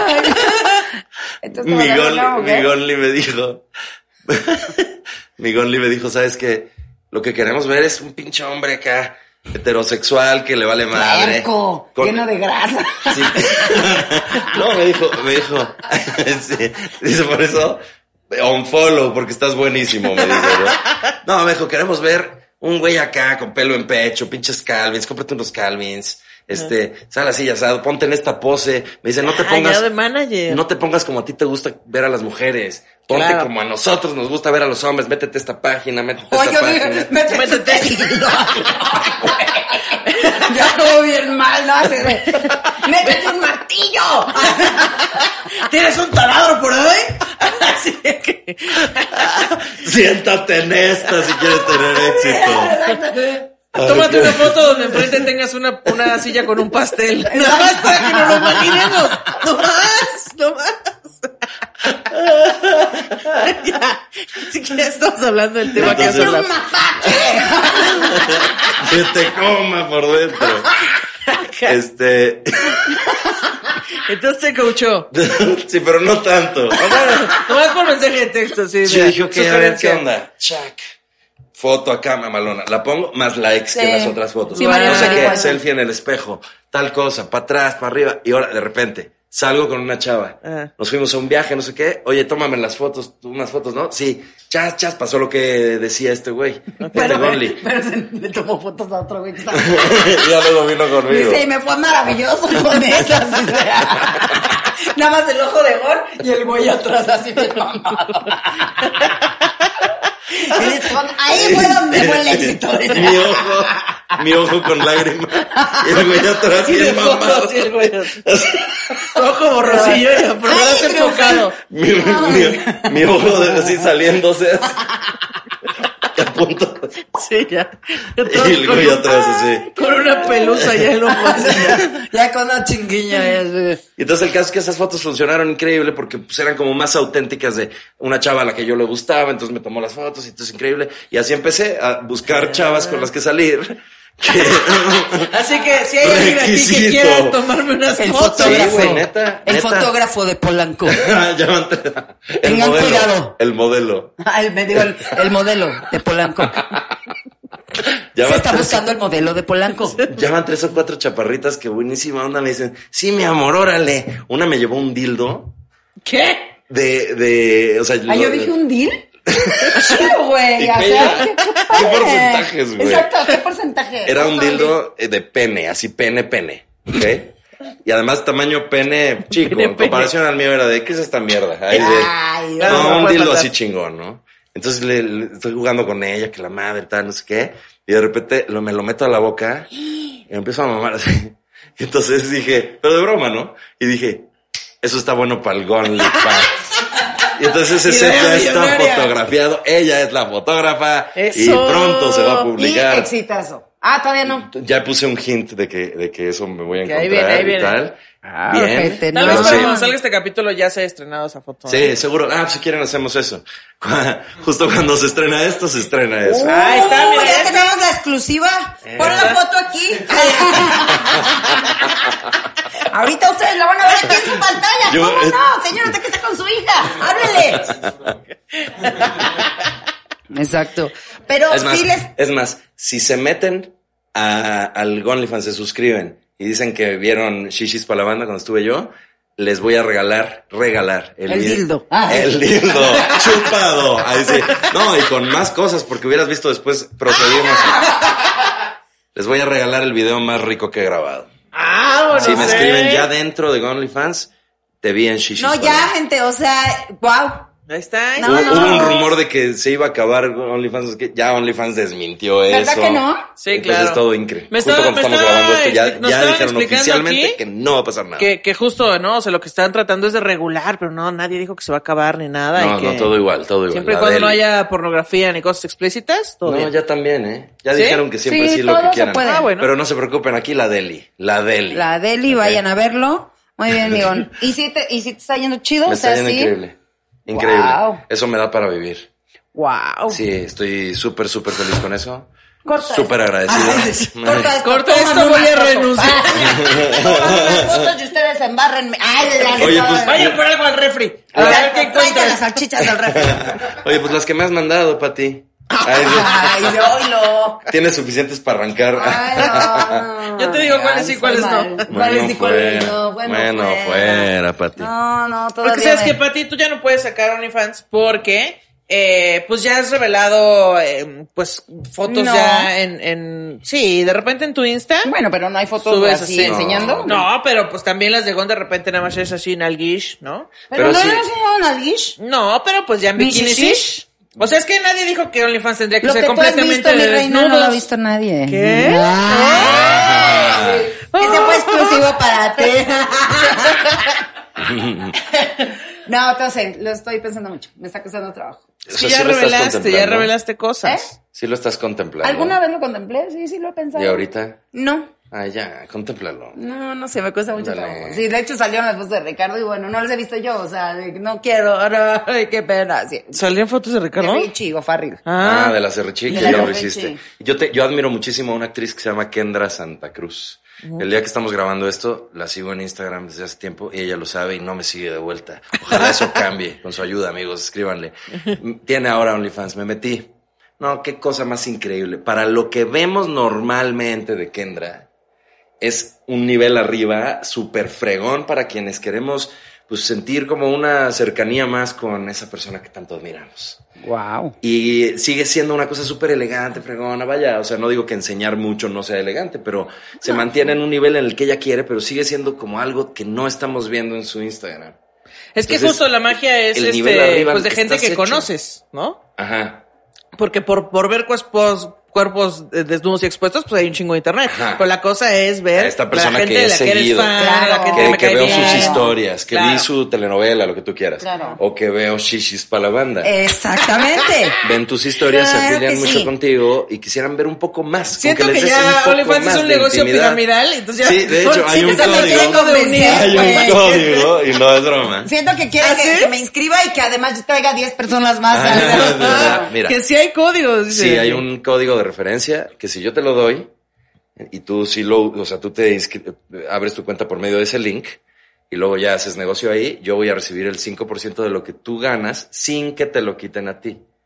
S2: Mi Gonly me dijo, ¿sabes qué? Lo que queremos ver es un pinche hombre acá, heterosexual, que le vale madre.
S3: Puerco, lleno de grasa.
S2: Sí. No, me dijo, sí. Dice, por eso, unfollow, porque estás buenísimo, me dijo, ¿no? No, me dijo, queremos ver un güey acá con pelo en pecho, pinches Calvins, cómprate unos Calvins. Sal así, asado, ponte en esta pose. Me dice, no te pongas.
S4: De manager.
S2: No te pongas como a ti te gusta ver a las mujeres. Ponte como a nosotros nos gusta ver a los hombres. Métete a esta página, métete a esta página.
S3: Métete. Ya estuvo bien mal, ¿no? Métete un martillo.
S4: ¿Tienes un taladro por ahí? Así que...
S2: Siéntate en esta si quieres tener éxito.
S4: Tómate una foto donde enfrente tengas una silla con un pastel. Nada más para que nos lo imaginemos. No más. Ya, si quieres estamos hablando del tema que hace la...
S2: Que te coma por dentro.
S4: Entonces te coachó.
S2: Sí, pero no tanto.
S4: Nomás por mensaje de texto, sí.
S2: Yo dije, ok, a ver, ¿qué onda? Check. Foto acá, mamalona. La pongo más likes que las otras fotos.
S3: Sí,
S2: no sé qué,
S3: igual.
S2: selfie en el espejo, tal cosa, para atrás, para arriba. Y ahora, de repente, salgo con una chava.
S4: Ajá.
S2: Nos fuimos a un viaje, no sé qué. Oye, tómame las fotos, unas fotos, ¿no? Sí. Chas, pasó lo que decía este güey. Gonly.
S3: Pero le tomó fotos a otro güey que estaba...
S2: Ya luego vino conmigo.
S3: Dice, y me fue maravilloso con esas. Nada más el ojo de Gon y el güey atrás así de mamado. Y dice, ahí fue donde fue el éxito.
S2: Mi ojo con lágrimas. Y el güey atrás y el mamado.
S4: Así el güey. Ojo borrosillo y por más enfocado.
S2: Mi ojo así saliéndose así. A punto.
S4: Sí, ya.
S2: Y el güey atrás así.
S4: Con una pelusa ya en ojo así.
S3: Ya con una chinguilla.
S2: Y entonces el caso es que esas fotos funcionaron increíble porque pues eran como más auténticas de una chava a la que yo le gustaba, entonces me tomó las fotos y entonces increíble. Y así empecé a buscar chavas con las que salir.
S4: Así que si hay alguien aquí que quiera tomarme unas fotos.
S2: Sí, güey, neta.
S3: Fotógrafo de Polanco.
S2: Ya
S3: Tengan cuidado.
S2: El modelo.
S3: Me digo el modelo de Polanco. Se está buscando el modelo de Polanco.
S2: Ya van 3 o 4 chaparritas que buenísima onda me dicen, sí, mi amor, órale. Una me llevó un dildo.
S4: ¿Qué?
S2: O sea,
S3: Yo dije un deal. Chido, güey.
S2: Y
S3: O sea, ¿qué
S2: ¿Qué porcentajes, güey?
S3: Exacto, ¿qué porcentaje?
S2: Era un dildo de pene, así pene, ¿ok? Y además tamaño pene chico,
S4: Pene,
S2: en comparación al mío era de, ¿qué es esta mierda? Ahí
S3: Ay,
S2: no,
S4: no
S2: un
S4: puede
S2: dildo
S4: faltar.
S2: así chingón, ¿no? Entonces le estoy jugando con ella, que la madre, tal, no sé qué, y de repente me lo meto a la boca y me empiezo a mamar así. Y entonces dije, pero de broma, ¿no? Y dije, eso está bueno para el OnlyFans. Y entonces ese set ya está
S4: millonaria.
S2: fotografiado, ella es la fotógrafa y
S4: Eso.
S2: pronto se va a
S3: Y
S2: publicar.
S3: exitazo. Ah, todavía no.
S2: Ya puse un hint de que eso me voy a
S4: Que ahí
S2: encontrar
S4: viene, ahí
S2: y
S4: viene.
S2: tal.
S3: Ah,
S2: Bien.
S3: ojete,
S4: Tal
S3: no.
S4: vez
S2: Sí.
S4: cuando salga este capítulo ya se ha estrenado esa foto.
S2: Sí, seguro. Ah, pues si quieren hacemos eso. Justo cuando se estrena esto, se estrena eso.
S4: Ahí está, mira,
S3: ya
S4: ya está.
S3: tenemos la exclusiva. Pon la foto aquí. Ahorita ustedes la van a ver aquí en su pantalla.
S2: Yo,
S3: ¿Cómo no? Señor, usted que está con su hija. Háblele. Exacto. Pero
S2: Es más,
S3: sí les...
S2: es más, si se meten al OnlyFans, se suscriben y dicen que vieron Shishis para la banda cuando estuve yo, les voy a regalar
S3: El dildo.
S2: El dildo chupado. Ahí sí. No, y con más cosas, porque hubieras visto después, procedimos. Les voy a regalar el video más rico que he grabado.
S4: Ah, bueno,
S2: Si me
S4: sé.
S2: escriben ya dentro de OnlyFans, te vi en Shishis.
S3: No,
S2: para
S3: ya,
S2: la banda.
S3: gente, o sea, wow.
S4: Ahí está.
S3: No,
S2: Hubo,
S3: no.
S2: hubo un rumor de que se iba a acabar OnlyFans, que ya OnlyFans desmintió eso.
S3: ¿Verdad que no?
S4: Sí,
S2: Entonces
S4: claro.
S2: es todo increíble.
S4: Me
S2: Justo
S4: estaba-
S2: cuando
S4: me
S2: estamos
S4: estaba
S2: grabando esto,
S4: expli- nos
S2: ya
S4: estaban
S2: dijeron
S4: explicando
S2: oficialmente
S4: aquí
S2: que no va a pasar nada.
S4: Que justo, ¿no? O sea, lo que están tratando es de regular, pero no, nadie dijo que se va a acabar ni nada.
S2: No,
S4: y que
S2: no, todo igual, todo igual.
S4: Siempre y
S2: La
S4: cuando
S2: Deli.
S4: no haya pornografía ni cosas explícitas, todo
S2: No,
S4: bien.
S2: ya también, ¿eh? Ya
S4: ¿Sí?
S2: dijeron que siempre
S3: Sí,
S2: sí, lo
S3: todo
S2: que
S3: se
S2: quieran.
S3: puede.
S4: Ah, bueno.
S2: Pero no se preocupen, aquí la Deli. La Deli.
S3: La Deli,
S2: Ok.
S3: vayan a verlo. Muy bien, Migón. ¿Y si te está yendo chido?
S2: Me
S3: O sea,
S2: está yendo
S3: sí.
S2: increíble. Increíble.
S3: Wow.
S2: Eso me da para vivir.
S3: Wow.
S2: Sí, estoy súper, súper feliz con eso.
S3: Corta
S2: Súper
S3: esto.
S2: agradecido.
S3: Corta esto.
S4: Corta esto,
S3: tómame
S4: voy
S3: una
S4: a
S3: foto.
S4: renunciar.
S3: Tómame unas fotos y ustedes embárrenme. Ay,
S2: Oye, pues,
S4: Vayan por algo al refri. A
S3: Oigan,
S4: ver qué
S3: tráete las
S4: encuentran.
S3: salchichas del refri.
S2: Oye, pues las que me has mandado, Pati. Ay,
S3: Ay, oílo.
S2: tienes suficientes para arrancar.
S3: Ay, no.
S4: Yo te digo cuáles sí,
S3: Ay,
S4: cuáles
S3: soy
S4: no.
S3: mal. ¿Cuáles sí, cuáles no?
S2: Bueno, fuera, Pati.
S3: No, todavía.
S4: Porque sabes
S3: me-
S4: que, Pati, tú ya no puedes sacar OnlyFans porque, pues ya has revelado, pues, fotos
S3: No.
S4: ya sí, de repente en tu Insta.
S3: Bueno, pero no hay fotos
S4: Subes
S3: así
S4: así.
S3: enseñando.
S4: No, pero pues también las de Gon de repente nada más es así en alguish, ¿no?
S3: Pero
S2: Pero
S3: no
S2: sí.
S3: le enseñaron al Gish.
S4: No, pero pues ya en
S3: ¿Ni
S4: bikinis.
S3: shish?
S4: O sea, es que nadie dijo que OnlyFans tendría que
S3: Lo
S4: ser
S3: que tú has
S4: completamente
S3: visto, mi
S4: de
S3: reina, no
S4: desnudos.
S3: lo ha visto nadie.
S4: ¿Qué?
S3: Ah. Ese fue exclusivo para ti. No, entonces, lo estoy pensando mucho. Me está costando trabajo.
S2: O
S4: Sí,
S2: sea,
S4: ya
S2: sí lo estás
S4: revelaste
S2: contemplando.
S4: cosas.
S2: Sí lo estás contemplando.
S3: ¿Alguna vez lo contemplé? Sí, lo he pensado.
S2: ¿Y ahorita?
S3: No.
S2: Ah, ya, contémplalo.
S3: No sé, me cuesta mucho
S2: Ándale.
S3: trabajo. Sí, de hecho salieron las fotos de Ricardo y bueno, no las he visto yo, o sea, de que no quiero, ay, qué pena. Sí.
S4: ¿Salían fotos de Ricardo?
S3: De Richie o Farril.
S2: Ah, de la Cerrichi,
S3: De
S2: que
S3: la
S2: ya lo
S3: Cerrichi.
S2: hiciste. Yo admiro muchísimo a una actriz que se llama Kendra Santa Cruz. El día que estamos grabando esto, la sigo en Instagram desde hace tiempo y ella lo sabe y no me sigue de vuelta. Ojalá eso cambie con su ayuda, amigos, escríbanle. Tiene ahora OnlyFans, me metí. No, qué cosa más increíble. Para lo que vemos normalmente de Kendra, es un nivel arriba, súper fregón para quienes queremos pues sentir como una cercanía más con esa persona que tanto admiramos.
S3: Wow.
S2: Y sigue siendo una cosa súper elegante, fregona, vaya, o sea, no digo que enseñar mucho no sea elegante, pero se mantiene en un nivel en el que ella quiere, pero sigue siendo como algo que no estamos viendo en su Instagram.
S4: Es que
S2: Entonces,
S4: justo la magia es
S2: el nivel arriba
S4: pues de gente
S2: estás
S4: que
S2: hecho.
S4: conoces, ¿no?
S2: Ajá.
S4: Porque por ver cuerpos desnudos y expuestos, pues hay un chingo de internet.
S2: Ajá.
S4: Pero la cosa es ver
S2: A esta
S4: la
S2: persona
S4: gente
S2: que
S4: de
S2: he
S4: la que eres
S2: seguido,
S4: fan,
S3: Claro.
S4: la gente que me
S2: Que
S4: cae
S2: veo
S4: bien.
S2: sus historias, que
S4: Claro.
S2: vi su telenovela, lo que tú quieras.
S3: Claro.
S2: O que veo Shishis para la banda.
S3: Exactamente.
S2: Ven tus historias, se
S3: Claro
S2: afilian
S3: que
S2: mucho
S3: sí.
S2: contigo y quisieran ver un poco más.
S4: Siento
S2: con
S4: que
S2: les des
S4: ya
S2: poco
S4: OnlyFans es
S2: más
S4: un
S2: de
S4: negocio
S2: intimidad.
S4: piramidal, entonces ya...
S2: Sí, de hecho, hay un
S3: se me quiere
S2: código.
S3: convencer,
S2: Hay
S3: güey.
S2: un código y no es broma.
S3: Siento que quiere
S4: ¿Ah,
S3: que,
S4: sí?
S3: que me inscriba y que además yo traiga 10 personas más.
S2: Ah, de verdad. Mira,
S4: Que sí hay códigos. dice.
S2: sí hay un código de referencia que si yo te lo doy y tú sí tú te abres tu cuenta por medio de ese link y luego ya haces negocio ahí, yo voy a recibir el 5% de lo que tú ganas sin que te lo quiten a ti.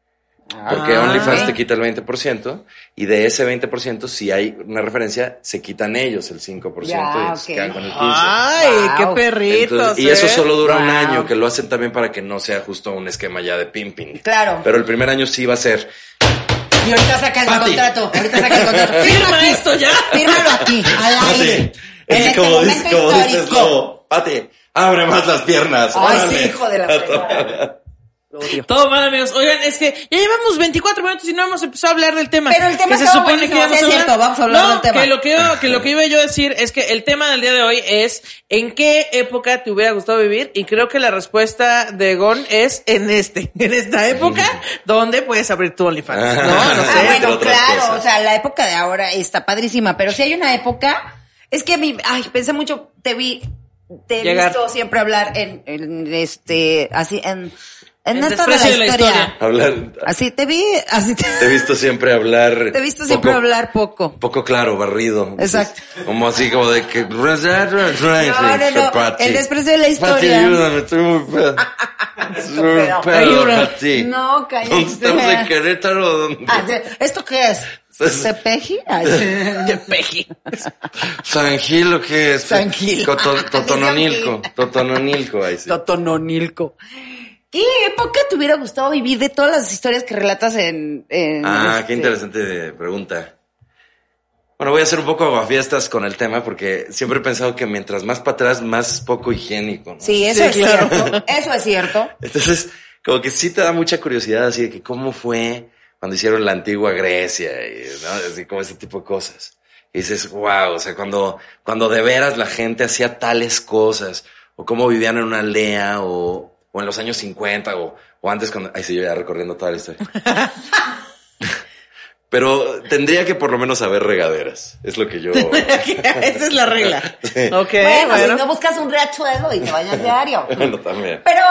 S2: Porque OnlyFans te quita el 20% y de ese 20%, si hay una referencia, se quitan ellos el 5% y se quedan con el 15%.
S4: ¡Ay, qué perritos!
S2: Entonces, y eso solo dura un año, que lo hacen también para que no sea justo un esquema ya de pimping.
S3: Claro.
S2: Pero el primer año sí va a ser...
S3: Y ahorita saca el contrato.
S4: ¡Firma esto ya!
S3: Fírmalo aquí, al aire. En este momento histórico.
S2: Pati, abre más las piernas.
S3: Ay,
S2: órale.
S3: sí, hijo de la fregada.
S4: Todo mal, amigos. Oigan, es que ya llevamos 24 minutos y no hemos empezado a hablar del tema.
S3: Pero el tema
S4: que se
S3: estaba
S4: supone que
S3: buenísimo,
S4: íbamos
S3: sí, es cierto, vamos a hablar del tema.
S4: Que lo que iba yo a decir es que el tema del día de hoy es ¿en qué época te hubiera gustado vivir? Y creo que la respuesta de Gon es en esta época donde puedes abrir tu OnlyFans. No sé.
S3: Bueno, claro,
S2: cosas.
S3: o sea, la época de ahora está padrísima, pero si hay una época, es que a mí, pensé mucho, te he visto siempre hablar en esta de la historia. Así te vi,
S2: Te he visto siempre hablar.
S3: Te he visto siempre hablar poco.
S2: Poco claro, barrido.
S3: Exacto.
S2: Como así, como de que.
S3: No. El desprecio de la historia.
S2: Pati, ayúdame, estoy muy pedo. Pati.
S3: No, cállate.
S2: ¿Dónde estamos en Querétaro? ¿Dónde?
S3: ¿Esto qué es? ¿Tepeji?
S4: Tepeji.
S2: ¿San Gil o qué es?
S3: San Gil.
S2: Totononilco, ahí sí.
S3: Totononilco. ¿Qué época te hubiera gustado vivir de todas las historias que relatas en
S2: qué interesante pregunta. Bueno, voy a hacer un poco aguafiestas con el tema porque siempre he pensado que mientras más para atrás, más poco higiénico, ¿no?
S3: Sí, eso es cierto. Eso es cierto.
S2: Entonces, como que sí te da mucha curiosidad así de que cómo fue cuando hicieron la antigua Grecia y, ¿no? Así como ese tipo de cosas. Y dices, wow, o sea, cuando de veras la gente hacía tales cosas o cómo vivían en una aldea o en los años 50 o antes cuando... Ay, sí, yo ya recorriendo toda la historia. Pero tendría que por lo menos saber regaderas. Es lo que yo...
S4: Esa es la regla.
S2: Sí.
S4: Okay,
S3: bueno, si no buscas un riachuelo y te bañas diario.
S2: Bueno, también.
S3: Pero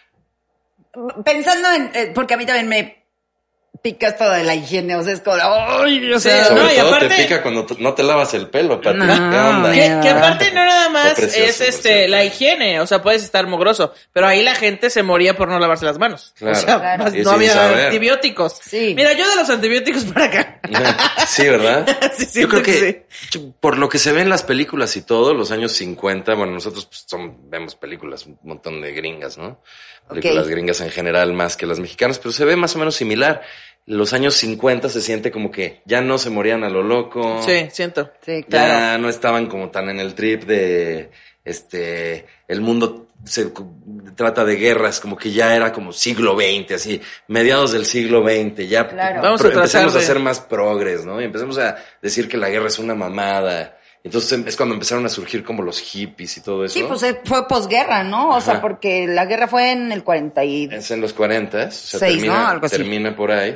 S3: pensando en... porque a mí también me pica esto de la higiene. O sea, es como... ¡ay! O sea,
S2: Sobre
S4: no, y
S2: todo
S4: aparte,
S2: te pica cuando no te lavas el pelo, Pati.
S3: No,
S2: ¿Qué onda?
S4: que aparte no nada más
S2: precioso,
S4: es la higiene, o sea, puedes estar mugroso, pero ahí la gente se moría por no lavarse las manos.
S2: Claro.
S4: O sea,
S3: Claro.
S2: Y
S4: no
S2: sin
S4: había
S2: saber.
S4: antibióticos.
S3: Sí.
S4: Mira, yo de los antibióticos para acá.
S2: Sí, ¿verdad?
S4: Sí,
S2: Yo
S4: siento
S2: creo
S4: que
S2: que por lo que se ve en las películas y todo, los años 50, bueno, nosotros pues, vemos películas, un montón de gringas, ¿no? Películas gringas en general más que las mexicanas, pero se ve más o menos similar. Los años 50 se siente como que ya no se morían a lo loco.
S4: Sí, siento.
S3: Sí, claro.
S2: Ya no estaban como tan en el trip de, el mundo se trata de guerras, como que ya era como siglo XX, así, mediados del siglo XX, ya
S3: Claro.
S4: Vamos a tratar
S2: empezamos a
S4: de-
S2: hacer más progres, ¿no? Y empezamos a decir que la guerra es una mamada. Entonces es cuando empezaron a surgir como los hippies y todo eso.
S3: Sí, pues fue posguerra, ¿no? O sea,
S2: Ajá.
S3: porque la guerra fue en el 40 y...
S2: Es en los 40, o sea,
S3: Seis, ¿no? Algo así.
S2: termina por ahí.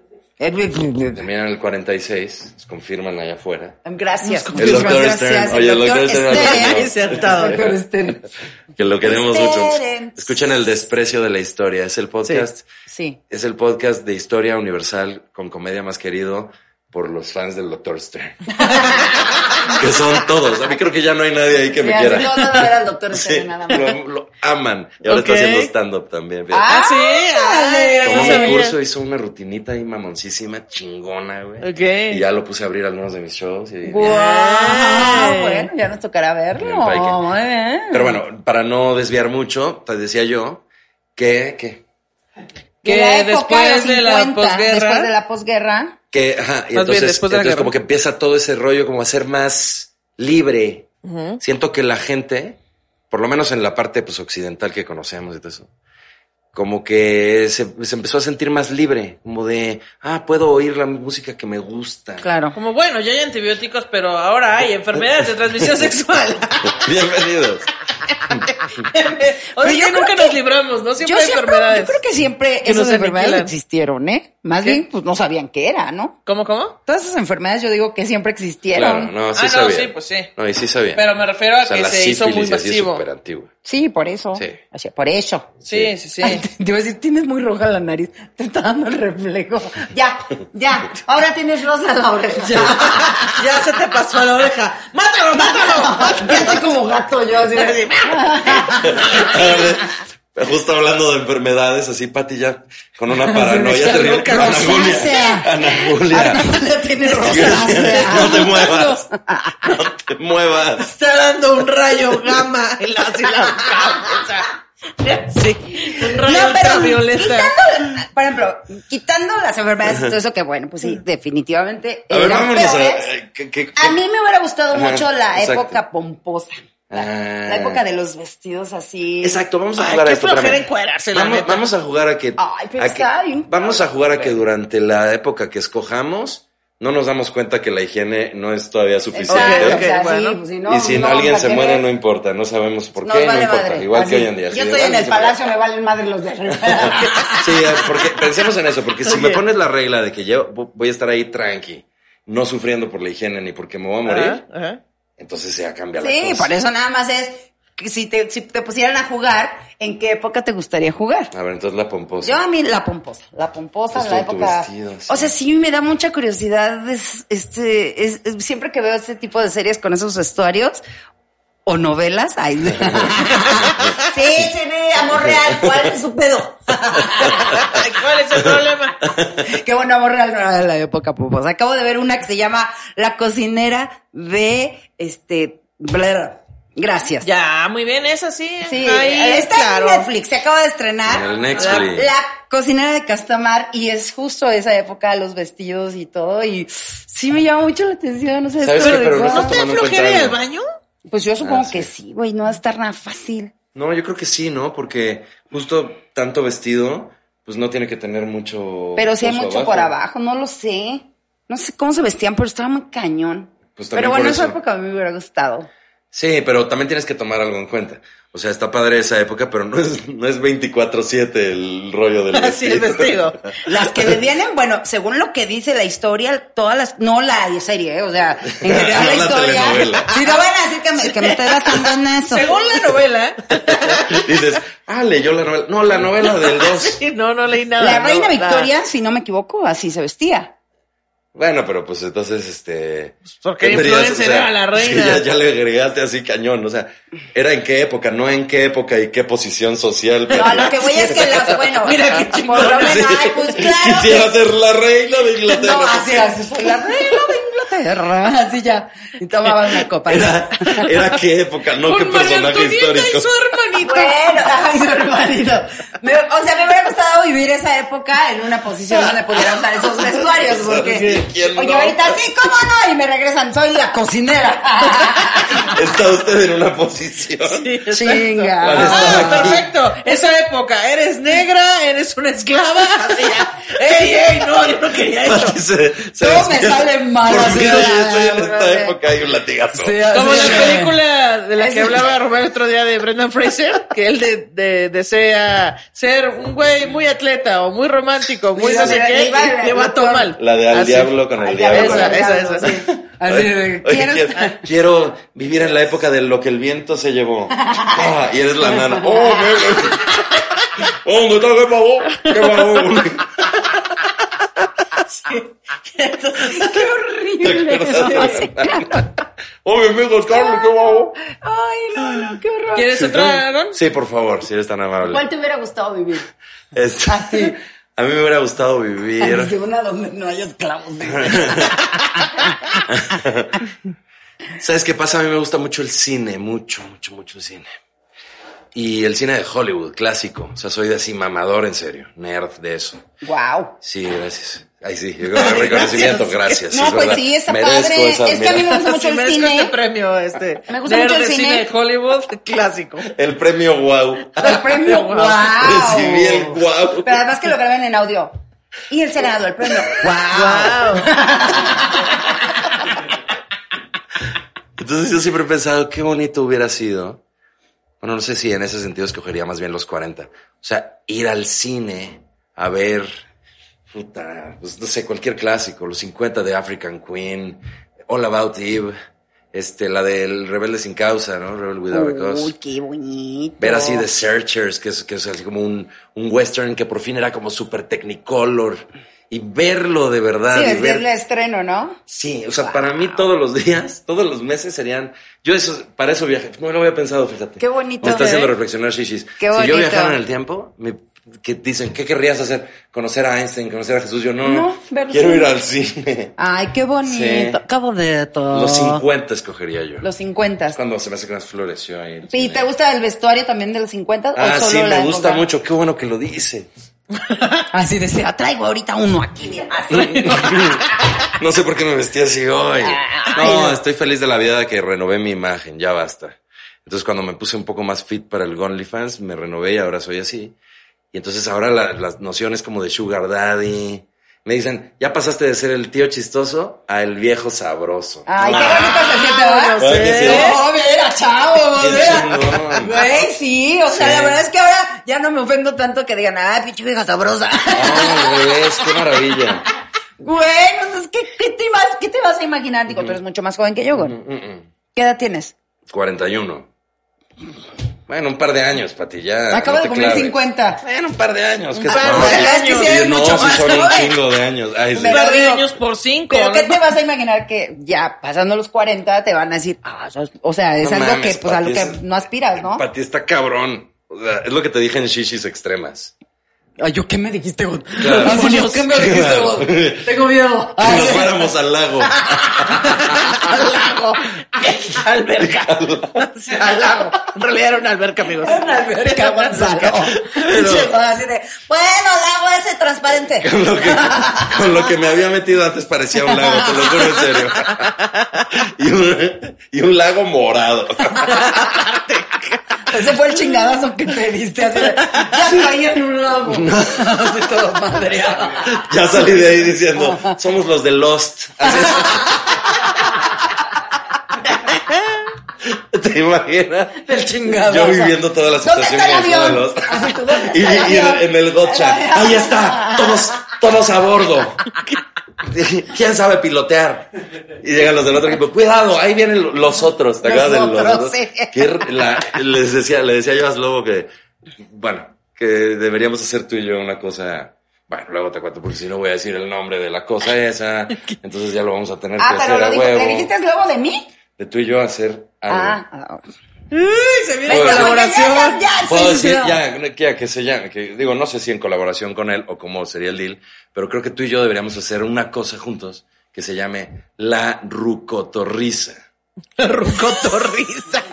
S2: Termina en el 46, nos confirman allá afuera.
S3: Gracias.
S2: El doctor Stern. Oye, el doctor Stern.
S4: Ay, cierto.
S2: Que lo queremos mucho.
S3: Stern.
S2: Escuchen El desprecio de la historia. Es el podcast.
S3: Sí.
S2: Es el podcast de historia universal con comedia más querido por los fans del Dr. Stern. Que son todos. A mí creo que ya no hay nadie ahí que me quiera.
S3: No, era el doctor
S2: Sí,
S3: Stern nada más.
S2: lo aman. Y ahora
S4: Ok.
S2: está haciendo stand-up también. fíjate.
S4: Ah, sí. Ay,
S2: Tomó
S4: no
S2: mi
S4: sabía.
S2: curso, hizo una rutinita ahí mamoncísima, chingona, güey.
S4: Ok.
S2: Y ya lo puse a abrir algunos de mis shows. Y...
S3: ¡Guau!
S4: Ay.
S3: Bueno, ya nos tocará verlo.
S2: Bien, Paique.
S3: Muy bien.
S2: Pero bueno, para no desviar mucho, te decía yo que
S3: De la
S4: Que
S3: época
S4: después
S3: los
S4: de la
S3: 50,
S4: posguerra.
S3: Después de la posguerra.
S2: ajá, y
S4: Más bien, después de la
S2: entonces
S4: guerra.
S2: como que empieza todo ese rollo como a ser más libre. Siento que la gente, por lo menos en la parte pues occidental que conocemos y todo eso, como que se empezó a sentir más libre, como de, puedo oír la música que me gusta.
S3: Claro.
S4: Como bueno, ya hay antibióticos, pero ahora hay enfermedades de transmisión sexual.
S2: Bienvenidos.
S4: O sea,
S3: yo
S4: que
S3: creo
S4: nunca
S3: que-
S4: nos libramos, ¿no? Siempre hay
S3: Yo
S4: enfermedades.
S3: creo que siempre
S4: que
S3: esas
S4: nos
S3: enfermedades
S4: aniquilan.
S3: existieron, ¿eh? Más
S4: ¿Qué?
S3: bien, pues no sabían qué era, ¿no?
S4: ¿Cómo?
S3: Todas esas enfermedades yo digo que siempre existieron.
S2: Claro, no, sí
S4: Ah, no,
S2: sabía.
S4: sí, pues sí.
S2: No, y sí sabía.
S4: Pero me refiero a
S2: O sea,
S4: que
S2: la
S4: se hizo muy
S2: sífilis así es
S4: masivo.
S2: súper antigua.
S3: Sí, por eso.
S2: Sí.
S3: Así, por eso.
S4: Sí, sí, sí.
S3: Ay, te iba a decir, tienes muy roja la nariz. Te está dando el reflejo. Ya. Ahora tienes rosa la oreja.
S4: Ya se te pasó a la oreja. ¡Mátalo!
S3: Ya estoy como gato yo así.
S2: Justo hablando de enfermedades, así Pati ya con una paranoia terrible. Ana Julia.
S3: Tiene
S2: No te muevas. No te muevas.
S4: Está dando un rayo gamma en la cabeza. Sí, un rayo ultravioleta.
S3: Por ejemplo, quitando las enfermedades y todo eso, que bueno, pues sí, definitivamente.
S2: A ver, vámonos
S3: a mí me hubiera gustado mucho la
S2: exacto.
S3: época pomposa. La época de los vestidos así.
S2: Exacto, vamos a jugar a esto.
S4: Vamos
S2: a jugar a que.
S3: Ay, pero está bien.
S2: Vamos a jugar a que durante la época que escojamos, no nos damos cuenta que la higiene no es todavía suficiente.
S3: O sea,
S4: bueno.
S3: sí, pues, si no,
S2: Y si alguien se muere, no importa, no sabemos por qué,
S3: vale
S2: no importa.
S3: madre.
S2: Igual
S3: Así.
S2: que hoy en día.
S3: Yo estoy en el palacio, me valen madre los de arriba.
S2: Sí, porque pensemos en eso, porque si me pones la regla de que yo voy a estar ahí tranqui, no sufriendo por la higiene ni porque me voy a morir, entonces ya cambia la cosa.
S3: Sí, por eso nada más es que si te pusieran a jugar, ¿en qué época te gustaría jugar?
S2: A ver, entonces la pomposa.
S3: Yo a mí la pomposa,
S2: Pues
S3: la
S2: tu
S3: época.
S2: vestido, sí.
S3: O sea, sí me da mucha curiosidad siempre que veo este tipo de series con esos vestuarios o novelas. Ay. Sí, ve amor real, ¿cuál es su pedo?
S4: ¿Cuál es el problema?
S3: Qué bueno, amor real no era de la época pomposa. Acabo de ver una que se llama La cocinera de Blair. Gracias.
S4: Ya, muy bien, esa sí.
S3: Sí,
S4: ahí,
S3: está
S4: claro.
S3: en Netflix, se acaba de estrenar.
S2: En el Netflix.
S3: La cocinera de Castamar y es justo esa época, los vestidos y todo y sí me llama mucho la atención, no sé.
S2: ¿Sabes
S3: esto
S2: qué?
S3: de
S2: Pero no
S3: guau.
S2: estás
S4: ¿No te da
S2: tomando en cuenta
S4: flojera ir al
S2: algo.
S4: baño?
S3: Pues yo supongo
S2: sí.
S3: que sí, güey, no va a estar nada fácil.
S2: No, yo creo que sí, ¿no? Porque justo tanto vestido, pues no tiene que tener mucho.
S3: Pero sí hay
S2: coso
S3: mucho por abajo, no lo sé. No sé cómo se vestían, pero estaba muy cañón.
S2: Pues también
S3: pero bueno,
S2: por
S3: esa
S2: eso.
S3: época a mí me hubiera gustado.
S2: Sí, pero también tienes que tomar algo en cuenta. O sea, está padre esa época, pero no es 24/7 el rollo del vestido.
S4: Así el vestido.
S3: Las que vienen, bueno, según lo que dice la historia, todas las, no la serie, o sea, en general
S2: No
S3: la
S2: la
S3: historia.
S2: telenovela.
S3: Si no van a decir que me estoy basando en eso.
S4: Según la novela.
S2: Dices, leyó la novela. No, la novela del 2.
S4: Sí, no leí nada.
S3: La reina
S4: no,
S3: Victoria, si no me equivoco, así se vestía.
S2: Bueno, pero pues entonces,
S4: porque
S2: tendrías,
S4: influencer era la reina.
S2: Sí, ya le agregaste así cañón, o sea, era en qué época, no en qué época y qué posición social.
S3: No, a lo que voy es que bueno,
S4: Mira qué
S3: por lo menos,
S2: Sí.
S3: ay, pues claro.
S2: Quisiera ser la reina de Inglaterra.
S3: No, así, soy la reina de Inglaterra, así ya. Y tomaba una copa.
S2: Era qué época, no qué
S4: Con María
S2: personaje
S4: Antonieta
S2: histórico.
S4: y su hermanito.
S3: Bueno, ay, su hermanito. O sea, me hubiera gustado vivir esa época en una posición donde pudiera usar esos vestuarios, porque...
S2: ¿Quién no?
S3: Oye, ahorita sí, ¿cómo no? Y me regresan, soy la cocinera.
S2: Está usted en una posición.
S4: Sí, exacto.
S3: Chinga.
S2: Para estar aquí.
S4: Perfecto. Esa época. Eres negra, eres una esclava. Así ya. ¡Ey! No, yo no quería eso.
S2: Aquí se
S3: Todo me sale mal,
S2: Por
S3: así,
S2: fin yo estoy en
S3: sí.
S2: esta época hay un latigazo.
S3: Sí,
S4: Como
S3: así,
S4: la película de la que
S3: Eso.
S4: hablaba Romero el otro día de Brendan Fraser, que él desea ser un güey muy atleta o muy romántico, muy
S3: Sí,
S4: no sé
S3: sí,
S4: qué,
S3: iba-
S4: y le va todo mal.
S2: La de al
S4: Así.
S2: diablo con el
S3: Al
S2: diablo.
S3: diablo con el
S4: Esa,
S3: diablo,
S4: esa.
S3: sí. Así de,
S2: Oye,
S3: ¿quieres?
S2: quiero vivir en la época de lo que el viento se llevó. Y eres la nana. ¿Dónde está? ¿Qué pavó? ¿Qué pavó?
S3: Qué horrible.
S2: Oye, amigos, Carlos, ¿qué pavó?
S3: Ay, no, qué horror.
S4: ¿Quieres otra, Aaron?
S2: Sí, por favor, si eres tan amable.
S3: ¿Cuál te hubiera gustado vivir?
S2: A mí me hubiera gustado vivir.
S3: Una donde no haya esclavos.
S2: ¿Sabes qué pasa? A mí me gusta mucho el cine, mucho el cine. Y el cine de Hollywood, clásico. O sea, soy de así mamador, en serio. Nerd de eso.
S3: Wow.
S2: Sí, gracias. Ay, sí, yo creo que reconocimiento, gracias.
S3: No,
S2: es
S3: pues
S2: verdad.
S3: sí, está
S2: Merezco
S3: padre.
S2: esa
S3: Es que a mí me gusta
S2: admiración.
S3: mucho el
S4: merezco
S3: cine.
S4: este premio,
S3: Me gusta
S4: nerd
S3: mucho el
S4: de
S3: cine.
S4: de Hollywood clásico.
S2: El premio Wow.
S3: El premio, wow.
S2: Recibí el Wow.
S3: Pero además que lo graben en audio. Y él se ha ganado el premio. Wow.
S2: Entonces yo siempre he pensado qué bonito hubiera sido. Bueno, no sé si en ese sentido escogería más bien los 40. O sea, ir al cine a ver, pues no sé, cualquier clásico, los 50 de African Queen, All About Eve, la del Rebelde sin Causa, ¿no? Rebel Without a Cause.
S3: Uy, qué bonito.
S2: Ver así The Searchers, que es así como un western que por fin era como super technicolor y verlo de verdad.
S3: Sí,
S2: y
S3: el día del estreno, ¿no?
S2: Sí, o sea, para mí todos los días, todos los meses serían... Para eso viajé. No lo había pensado, fíjate.
S3: Qué bonito.
S2: Me está haciendo reflexionar, Shishis.
S3: Qué
S2: si
S3: bonito.
S2: yo viajara en el tiempo, que dicen, ¿qué querrías hacer? ¿Conocer a Einstein? ¿Conocer a Jesús? Yo no
S3: verlo
S2: quiero
S3: sí.
S2: ir al cine.
S3: Ay, qué bonito.
S2: Sí.
S3: Qué bonito.
S2: Los 50 escogería yo.
S3: Los 50.
S2: Cuando se me hace que más floreció ahí. el
S3: ¿Y
S2: cine.
S3: te gusta el vestuario también de los 50?
S2: Ah,
S3: ¿o solo
S2: sí,
S3: la
S2: me gusta
S3: época?
S2: mucho. Qué bueno que lo dices.
S3: Así decía, traigo ahorita uno aquí, mira. Así.
S2: No sé por qué me vestí así hoy. No, estoy feliz de la vida de que renové mi imagen, ya basta. Entonces cuando me puse un poco más fit para el OnlyFans, me renové y ahora soy así. Y entonces ahora las nociones como de sugar daddy, me dicen, ya pasaste de ser el tío chistoso a el viejo sabroso.
S3: Ay, qué bonito se siente, ¿verdad?
S2: ¿Verdad que sí?
S3: No, mira, chavo,
S2: Qué
S3: mira.
S2: chingón.
S3: Güey, sí, o sea,
S2: Sí.
S3: la verdad es que ahora ya no me ofendo tanto que digan, ay, pinche vieja sabrosa.
S2: No, al revés, qué maravilla.
S3: Güey, pues, ¿qué te vas a imaginar? Digo, tú eres mucho más joven que yo, güey. ¿Qué edad tienes?
S2: 41. Bueno, un par de años, Pati, ya.
S3: Acabo
S2: no
S3: de
S2: te
S3: cumplir
S2: claves.
S3: 50.
S2: Bueno, un par de años. ¿Qué
S3: par de
S2: no,
S3: años. Es que sí eres
S2: no,
S3: mucho
S2: sí
S3: más
S2: son un
S3: joven.
S2: chingo de años. Ay, sí.
S3: Pero
S4: Par de
S3: digo,
S4: años por 5.
S3: Pero
S4: ¿no?
S3: ¿qué te vas a imaginar que ya pasando los 40 te van a decir, o sea, es
S2: No
S3: algo
S2: mames,
S3: que, pues, a lo
S2: Pati,
S3: que no aspiras, ¿no?
S2: Pati está cabrón. O sea, es lo que te dije en Shishis Extremas.
S3: Ay, ¿yo qué me dijiste, güey?
S2: Claro.
S3: Ay, ¿yo qué me dijiste,
S2: Claro.
S3: güey? Tengo miedo.
S2: Que
S3: Ay,
S2: nos fuéramos al lago.
S3: al lago.
S4: Alberca. Sí, al lago. En realidad era una alberca, amigos.
S3: Una alberca, Gonzalo. Así de, bueno, lago ese transparente.
S2: Con lo que me había metido antes parecía un lago, te lo juro en serio. Y un lago morado.
S3: Ese fue el chingadazo que te diste. Así de, ya caí en un lago. Así todo madreado.
S2: Ya salí de ahí diciendo, somos los de Lost. Así es. ¿Te imaginas?
S3: El chingadazo.
S2: Yo viviendo toda la
S3: ¿Dónde
S2: situación
S3: está el
S2: como de
S3: avión?
S2: Lost.
S3: Así tú, ¿dónde
S2: Y,
S3: está el
S2: y
S3: avión?
S2: en el gotcha. Ahí está, todos a bordo. ¿Quién sabe pilotear? Y llegan los del otro equipo. Cuidado, ahí vienen los otros. ¿Te acuerdas de los
S3: otros,
S2: otros?
S3: sí.
S2: Le decía yo a Slobo que, bueno, que deberíamos hacer tú y yo una cosa. Bueno, luego te cuento porque si no voy a decir el nombre de la cosa esa. Entonces ya lo vamos a tener que
S3: Ah, pero
S2: hacer a huevo.
S3: ¿le dijiste luego de mí?
S2: De tú y yo hacer algo.
S4: Uy, se viene
S2: Puedo decir-
S4: colaboración.
S2: Puedo decir
S3: sí.
S2: ya que se llame, que digo, no sé si en colaboración con él o cómo sería el deal, pero creo que tú y yo deberíamos hacer una cosa juntos que se llame La Rucotorrisa.
S4: Rucotorrisa.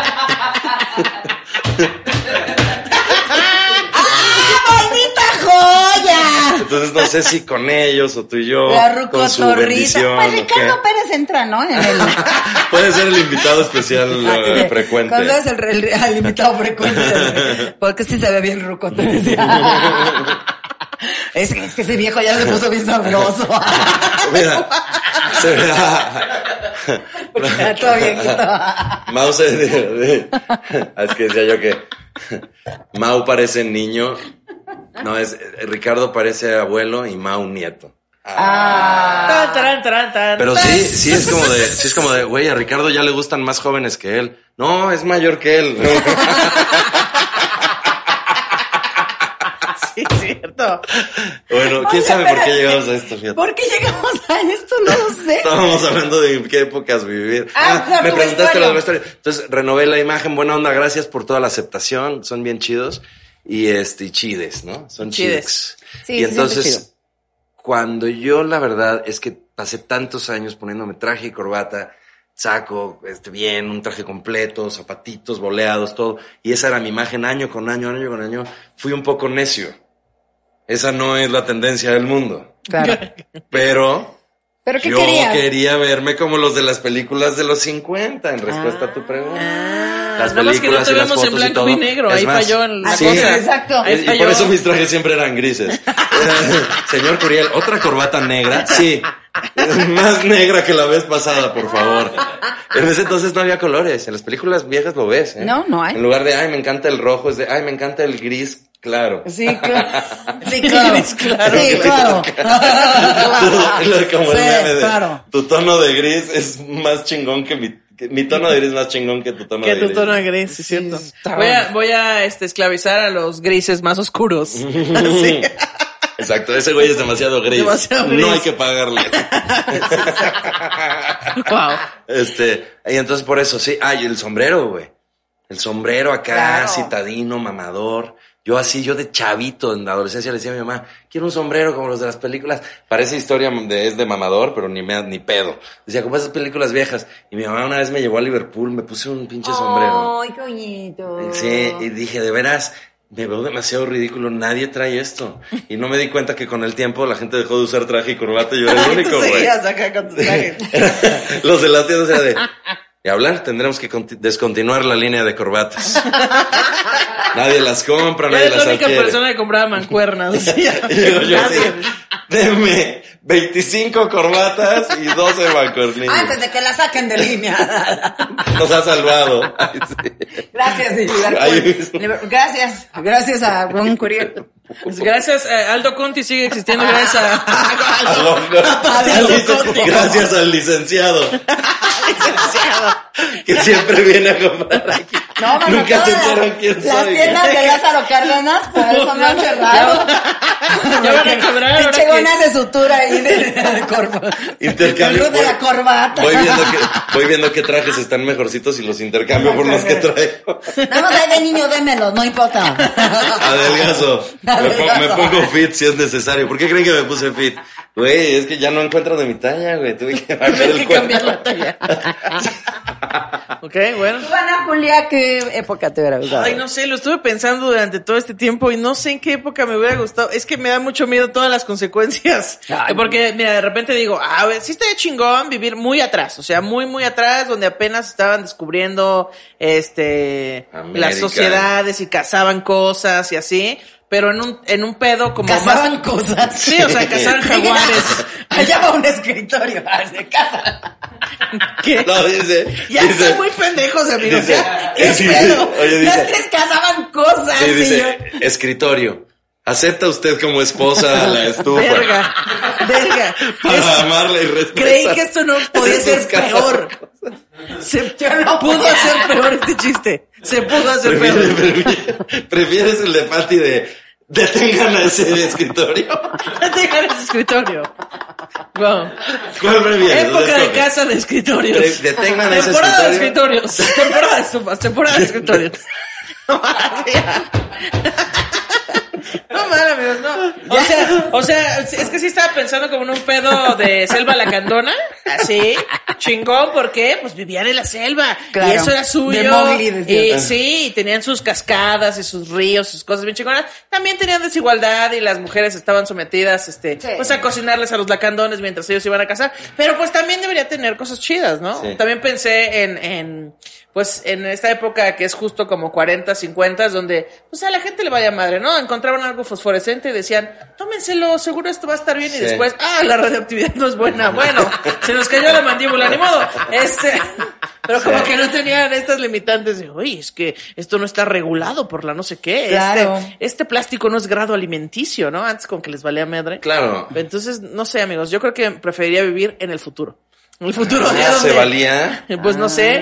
S3: ¡Maldita joya!
S2: Entonces no sé si con ellos o tú y yo,
S3: La
S2: con su
S3: rucotorrisa.
S2: bendición.
S3: Pues
S2: o
S3: Ricardo
S2: qué.
S3: Pérez entra, ¿no? En el...
S2: Puede ser el invitado especial frecuente.
S3: Cuando es el invitado frecuente. Porque sí se ve bien ruco, te decía. Es que ese viejo ya se puso bien sabroso.
S2: Mira, se vea.
S3: Todo bien,
S2: Mau es que decía yo que Mau parece niño. No, Ricardo parece abuelo y Mau nieto.
S4: Tan, taran, taran, tan,
S2: Pero
S4: tan.
S2: sí es como de, güey, a Ricardo ya le gustan más jóvenes que él. No, es mayor que él.
S4: Sí, es cierto.
S2: Bueno, quién
S3: Oye,
S2: sabe por qué
S3: espérate.
S2: llegamos a esto, fíjate.
S3: ¿Por qué llegamos a esto? No lo sé.
S2: Estábamos hablando de en qué épocas vivir.
S3: Claro,
S2: me
S3: tu
S2: preguntaste
S3: vestuario.
S2: lo del vestuario. Entonces, renové la imagen. Buena onda, gracias por toda la aceptación. Son bien chidos. Y y chides, ¿no? Son
S4: Chides.
S2: chides.
S3: Sí,
S2: y
S3: sí,
S2: entonces,
S3: siempre chido.
S2: cuando yo, la verdad, es que pasé tantos años poniéndome traje y corbata, saco, bien, un traje completo, zapatitos, boleados, todo. Y esa era mi imagen año con año, fui un poco necio. Esa no es la tendencia del mundo.
S3: Claro.
S2: Pero
S3: ¿Pero qué
S2: yo
S3: querías?
S2: quería verme como los de las películas de los 50, en respuesta a tu pregunta. Las
S4: Nada más que no te
S2: y las
S4: vemos en
S2: fotos y
S4: blanco
S2: todo.
S4: y negro.
S2: Es
S4: Ahí
S2: más,
S4: falló la
S2: sí.
S4: cosa.
S3: Exacto.
S4: Ahí
S2: Y
S4: falló.
S2: por eso mis trajes siempre eran grises. Señor Curiel, ¿otra corbata negra? Sí. Más negra que la vez pasada, por favor. En ese entonces no había colores. En las películas viejas lo ves, ¿eh?
S3: No hay.
S2: En lugar de, ay, me encanta el rojo, es de, ay, me encanta el gris claro.
S3: Sí, claro. Sí, claro.
S4: Gris claro.
S3: Sí, claro.
S2: Como el
S3: Sí,
S2: meme de,
S3: claro.
S2: tu tono de gris es más chingón que mi tono de gris es más chingón que tu tono
S4: Que
S2: de
S4: tu
S2: gris.
S4: tono de gris, sí, es cierto.
S3: está
S4: Voy a esclavizar a los grises más oscuros. Sí.
S2: Exacto, ese güey es demasiado gris. No hay que pagarle.
S4: Wow.
S2: Y entonces por eso, sí. Y el sombrero, güey. El sombrero acá,
S3: Claro.
S2: citadino, mamador. Yo de chavito en la adolescencia le decía a mi mamá, quiero un sombrero como los de las películas. Parece historia es de mamador, pero ni pedo. Decía, como esas películas viejas. Y mi mamá una vez me llevó a Liverpool, me puse un pinche sombrero.
S3: Ay, qué bonito.
S2: Sí, y dije, de veras, me veo demasiado ridículo, nadie trae esto. Y no me di cuenta que con el tiempo la gente dejó de usar traje y corbata y yo era el único,
S4: Tú
S2: güey.
S4: seguías acá con tu traje.
S2: Los de las tiendas era de... Y hablar, tendremos que descontinuar la línea de corbatas. Nadie las compra, nadie
S4: Eres
S2: las
S4: la única
S2: adquiere.
S4: persona que compraba mancuernas.
S2: Y llego yo así, denme 25 corbatas y 12 mancuernillos.
S3: Antes de que la saquen de línea.
S2: Nos ha salvado. Ay, sí.
S3: Gracias,
S2: Ahí
S3: Liverpool.
S2: mismo.
S3: Gracias a Juan Curiel.
S4: Gracias, Aldo Conti sigue existiendo gracias a
S2: Aldo Conti. Gracias al licenciado. Que siempre viene a comprar aquí.
S3: No, mano,
S2: Nunca se
S3: todas
S2: enteran quién
S3: las
S2: soy.
S3: tiendas de Lázaro Cárdenas, por eso no han cerrado.
S4: Ya van a cobrar ahora
S3: Pinche
S4: que-
S3: gonas de sutura ahí de corbata.
S2: Intercambio.
S3: El de la corbata.
S2: Voy viendo qué trajes están mejorcitos y los intercambio por los que traigo.
S3: Nada más ahí de niño, démelos, no importa.
S2: Adelgazo. Me pongo fit si es necesario. ¿Por qué creen que me puse fit? Güey, es que ya no encuentro de mi talla, güey. Tuve que bajar
S4: Hay
S2: el
S4: que cambiar la talla. Ok, bueno.
S3: Tú, Ana Julia, ¿qué época te hubiera gustado?
S4: Ay, no sé, lo estuve pensando durante todo este tiempo y no sé en qué época me hubiera gustado. Es que me da mucho miedo todas las consecuencias.
S3: Ay.
S4: Porque, mira, de repente digo, a ver, sí estaría chingón vivir muy atrás. O sea, muy, muy atrás, donde apenas estaban descubriendo,
S2: América.
S4: las sociedades y cazaban cosas y así. Pero en un pedo como
S3: Cazaban
S4: más...
S3: cosas.
S4: Sí, o sea, cazaban jaguares.
S3: Allá va un escritorio. Se casa.
S4: ¿Qué?
S2: No, dice.
S4: Ya
S2: dice,
S4: están muy pendejos, amigos.
S2: dice-
S4: Ya, ¿qué
S2: sí,
S4: pedo?
S2: oye,
S3: Las
S2: dice,
S3: tres cazaban cosas.
S2: sí,
S3: y
S2: dice,
S3: yo-
S2: escritorio. ¿Acepta usted como esposa la estufa?
S4: Verga.
S2: Para amarla y respetar.
S4: Creí que esto no podía ser
S2: Esas
S4: peor.
S3: Yo no
S4: Pudo
S3: podía.
S4: hacer peor este chiste. Se pudo hacer peor.
S2: ¿Prefieres el de Patty de detengan a ese escritorio?
S4: Dejar ese escritorio. Wow.
S2: ¿Cuál prefieres?
S4: Época de
S2: Escoge.
S4: casa de escritorios.
S2: Detengan ese
S4: Temporada de
S2: escritorio.
S4: escritorios. Temporada de estufas. Temporada de escritorios. No mal, amigos, no. O sea, es que sí estaba pensando como en un pedo de selva lacandona, así, chingón, ¿por qué? Pues vivían en la selva,
S3: Claro.
S4: y eso era suyo.
S3: De Mowgli, decía.
S4: Y sí, tenían sus cascadas y sus ríos, sus cosas bien chingonas. También tenían desigualdad y las mujeres estaban sometidas, pues a cocinarles a los lacandones mientras ellos iban a cazar. Pero pues también debería tener cosas chidas, ¿no?
S2: Sí.
S4: También pensé pues en esta época que es justo como 40, 50, donde pues a la gente le vaya madre, ¿no? Encontraban algo fosforescente y decían, tómenselo, seguro esto va a estar bien. Y
S2: Sí.
S4: después, la radioactividad no es buena. Bueno, se nos cayó la mandíbula, ni modo. Pero como que no tenían estas limitantes de, oye, es que esto no está regulado por la no sé qué.
S3: Claro.
S4: Este plástico no es grado alimenticio, ¿no? Antes con que les valía madre.
S2: Claro.
S4: Entonces, no sé, amigos, yo creo que preferiría vivir en el futuro. En el futuro,
S2: Ah,
S4: ya
S2: se
S4: donde-
S2: valía.
S4: Pues no sé,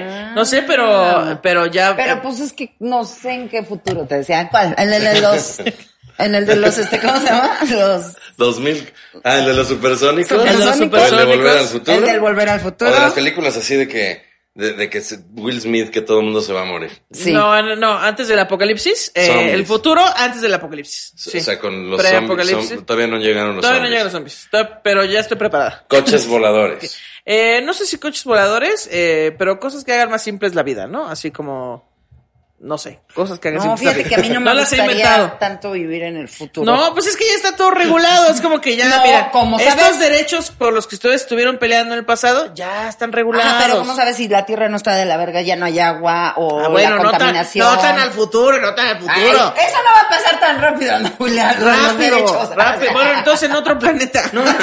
S4: pero ya.
S3: Pero pues es que no sé en qué futuro te decían. ¿Cuál? En el de los... En el de los, ¿cómo se llama? Los...
S2: 2000. Ah, el de los supersónicos.
S3: El de los
S2: O el de
S4: supersónicos.
S2: Volver al Futuro.
S3: El del Volver al
S2: O
S3: Futuro.
S2: de las películas así de que... De que Will Smith, que todo el mundo se va a morir.
S3: Sí.
S4: No, antes del apocalipsis.
S2: Zombies.
S4: El futuro antes del apocalipsis. Sí.
S2: O sea, con los
S4: Pre-apocalipsis.
S2: zombies. Todavía no llegaron los
S4: Todavía no
S2: zombies.
S4: llegan los zombies. Pero ya estoy preparada.
S2: Coches voladores.
S4: No sé si coches voladores, pero cosas que hagan más simples la vida, ¿no? Así como, no sé, cosas que hagan
S3: No,
S4: simples la
S3: fíjate
S4: vida.
S3: que a mí no me
S4: las he
S3: gustaría
S4: inventado.
S3: tanto vivir en el futuro.
S4: No, pues es que ya está todo regulado, es como que ya,
S3: No,
S4: mira,
S3: como
S4: estos
S3: sabes-
S4: derechos por los que ustedes estuvieron peleando en el pasado, ya están regulados.
S3: Ah, pero ¿cómo sabes si la Tierra no está de la verga, ya no hay agua o
S4: Bueno,
S3: la
S4: no tan
S3: contaminación?
S4: al futuro, no tan al futuro.
S3: Ay, eso no va a pasar tan rápido, no, Julián. Los derechos.
S4: Rápido. Bueno, entonces en otro planeta. No,
S2: No,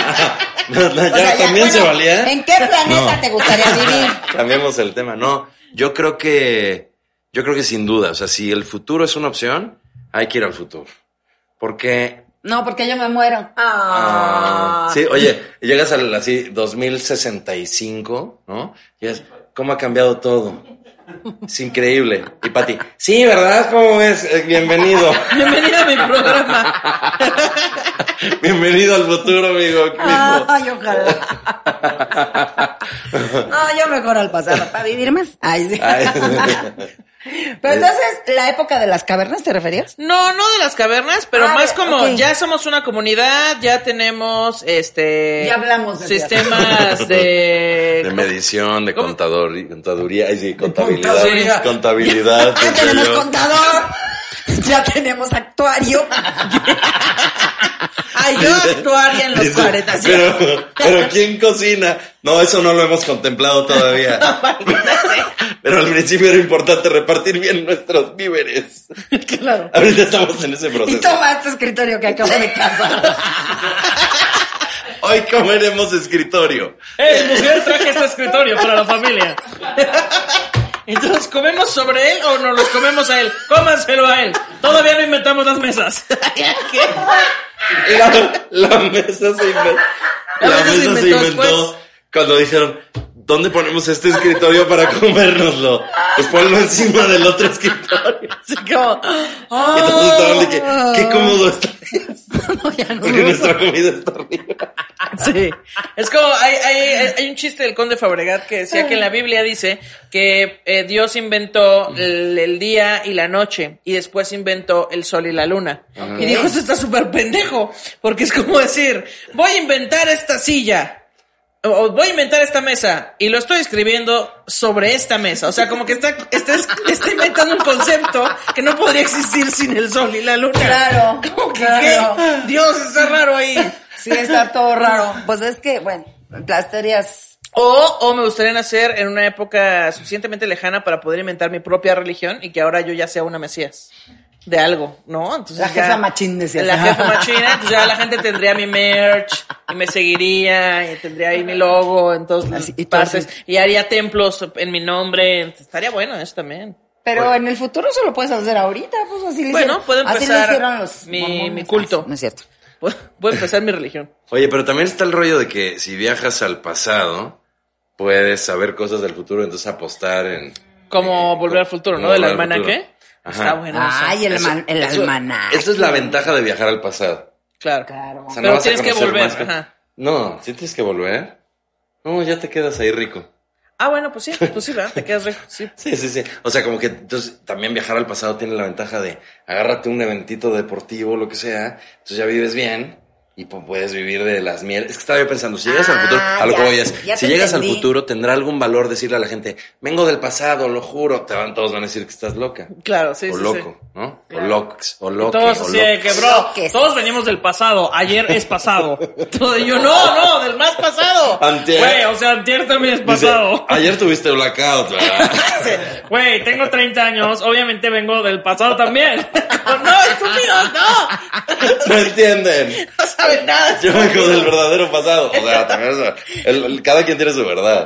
S3: O sea,
S2: ya también se
S3: bueno,
S2: valía.
S3: ¿En qué planeta te gustaría vivir?
S2: Cambiemos el tema. No, yo creo que sin duda, o sea, si el futuro es una opción, hay que ir al futuro. Porque
S3: No, porque yo me muero.
S2: sí, oye, llegas al así 2065, ¿no? Llegas, cómo ha cambiado todo. Es increíble. Y Pati, sí, ¿verdad? ¿Cómo ves? Bienvenido.
S4: Bienvenido a mi programa.
S2: Bienvenido al futuro, amigo.
S3: Ay, ojalá. No, yo mejor al pasado, para vivir más. Ay, sí. Pero entonces, ¿la época de las cavernas te referías?
S4: No de las cavernas, pero más como ya somos una comunidad, ya tenemos
S3: ya hablamos de
S4: sistemas de
S2: medición, de contaduría, ay sí,
S3: Contabilidad.
S2: Contabilidad.
S3: Ya tenemos contador, ya tenemos actuario.
S4: Ay, yo actuaría en los 40. ¿Sí?
S2: Pero ¿quién cocina? No, eso no lo hemos contemplado todavía. Pero al principio era importante repartir bien nuestros víveres.
S4: Claro.
S2: Ahorita estamos en ese proceso.
S3: Y toma este escritorio que acabo de casar.
S2: Hoy comeremos escritorio.
S4: Mujer, traje este escritorio para la familia. Entonces, ¿comemos sobre él o nos los comemos a él? Cómanselo a él. Todavía no inventamos las mesas. ¿Qué?
S2: La mesa se inventó. La mesa se inventó cuando dijeron, ¿dónde ponemos este escritorio para comérnoslo? Pues ponlo encima del otro escritorio.
S4: Así como...
S2: Y entonces estaban de que, qué cómodo está.
S3: No, ya no.
S2: Porque nuestra comida está arriba.
S4: Sí. Es como, hay un chiste del Conde Fabregat que decía que en la Biblia dice que Dios inventó el día y la noche y después inventó el sol y la luna. Y dijo, esto está súper pendejo, porque es como decir, voy a inventar esta silla. O voy a inventar esta mesa y lo estoy escribiendo sobre esta mesa. O sea, como que está inventando un concepto que no podría existir sin el sol y la luna.
S3: Claro, claro.
S4: ¿Qué? Dios, está raro ahí.
S3: Sí, está todo raro. Pues es que, bueno, las teorías...
S4: O me gustaría nacer en una época suficientemente lejana para poder inventar mi propia religión y que ahora yo ya sea una mesías de algo, ¿no? Entonces
S3: la jefa machín, decías.
S4: La jefa machina, entonces ya la gente tendría mi merch y me seguiría y tendría ahí mi logo en todas las partes y haría templos en mi nombre. Estaría bueno eso también.
S3: Pero en el futuro eso lo puedes hacer ahorita, pues así le hicieron.
S4: Puedo empezar
S3: los
S4: mi culto.
S3: No es cierto.
S4: Puedo empezar mi religión.
S2: Oye, pero también está el rollo de que si viajas al pasado, puedes saber cosas del futuro, entonces apostar en...
S4: Como Volver al Futuro, ¿no? Del almanaque. Está bueno eso.
S3: Ay, el almanaque.
S2: Esa es la ventaja de viajar al pasado.
S4: Claro.
S2: O sea,
S4: pero
S2: no
S4: tienes que volver. Ajá.
S2: No, ¿sí tienes que volver? No, ya te quedas ahí rico.
S4: Ah, bueno, pues sí, ¿verdad? Te quedas rico, sí.
S2: Sí. O sea, como que entonces también viajar al pasado tiene la ventaja de agárrate un eventito deportivo, lo que sea, entonces ya vives bien y puedes vivir de las mieles. Es que estaba yo pensando, si llegas al futuro, a lo que voy es, si llegas al futuro, tendrá algún valor decirle a la gente, vengo del pasado, lo juro, todos van a decir que estás loca.
S4: Claro, sí,
S2: o
S4: sí.
S2: loco,
S4: Sí.
S2: ¿no?
S4: Claro.
S2: O lox, o loque,
S4: todos
S2: o
S4: así
S2: loco.
S4: de que, bro,
S3: Loques.
S4: todos venimos del pasado, ayer es pasado. Todo yo, no, del más pasado.
S2: Antier.
S4: Güey, o sea, antier también es pasado.
S2: Dice, ayer tuviste blackout, ¿verdad?
S4: Güey, tengo 30 años, obviamente vengo del pasado también. No, estúpidos, no.
S2: No entienden.
S4: No saben nada.
S2: Yo vengo del verdadero pasado. O sea, también eso, cada quien tiene su verdad.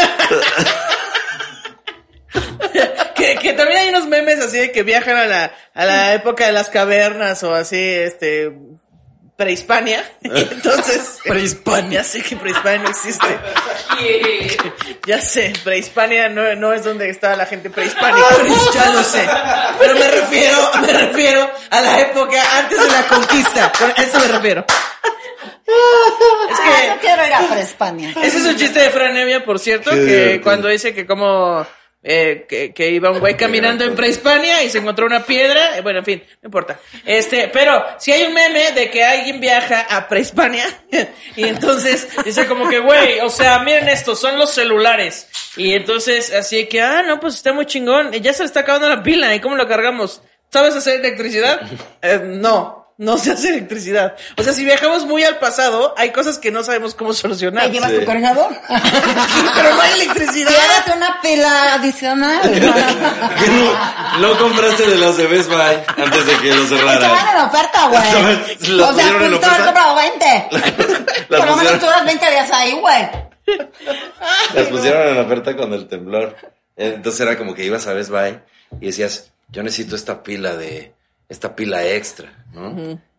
S4: Que también hay unos memes así de que viajan a la época de las cavernas o así, prehispania. Entonces, prehispania, sé que prehispania no existe. Ya sé, prehispania no es donde estaba la gente prehispánica, ya lo sé. Pero me refiero a la época antes de la conquista. A eso me refiero. Es que
S3: yo quiero ir a Prehispania.
S4: ese es un chiste de Fran Evia, por cierto, que cuando dice que como que iba un güey caminando en Prehispania y se encontró una piedra, bueno, en fin, no importa. Pero si hay un meme de que alguien viaja a Prehispania y entonces dice como que, güey, o sea, miren esto, son los celulares. Y entonces así que, no, pues está muy chingón, ya se le está acabando la pila, ¿y cómo lo cargamos? ¿Sabes hacer electricidad? No se hace electricidad. O sea, si viajamos muy al pasado, hay cosas que no sabemos cómo solucionar.
S3: ¿Te llevas tu cargador?
S4: Pero no hay electricidad.
S3: Llévate una pila adicional.
S2: ¿Qué no compraste de los de Best Buy antes de que lo cerraran?
S3: Estaban en oferta, güey.
S2: ¿Las
S3: O sea,
S2: pusieron en
S3: pudiste haber
S2: oferta?
S3: comprado 20. Por lo menos tú eras 20 días ahí, güey.
S2: Las pusieron en oferta con el temblor. Entonces era como que ibas a Best Buy y decías, yo necesito esta pila extra, ¿no?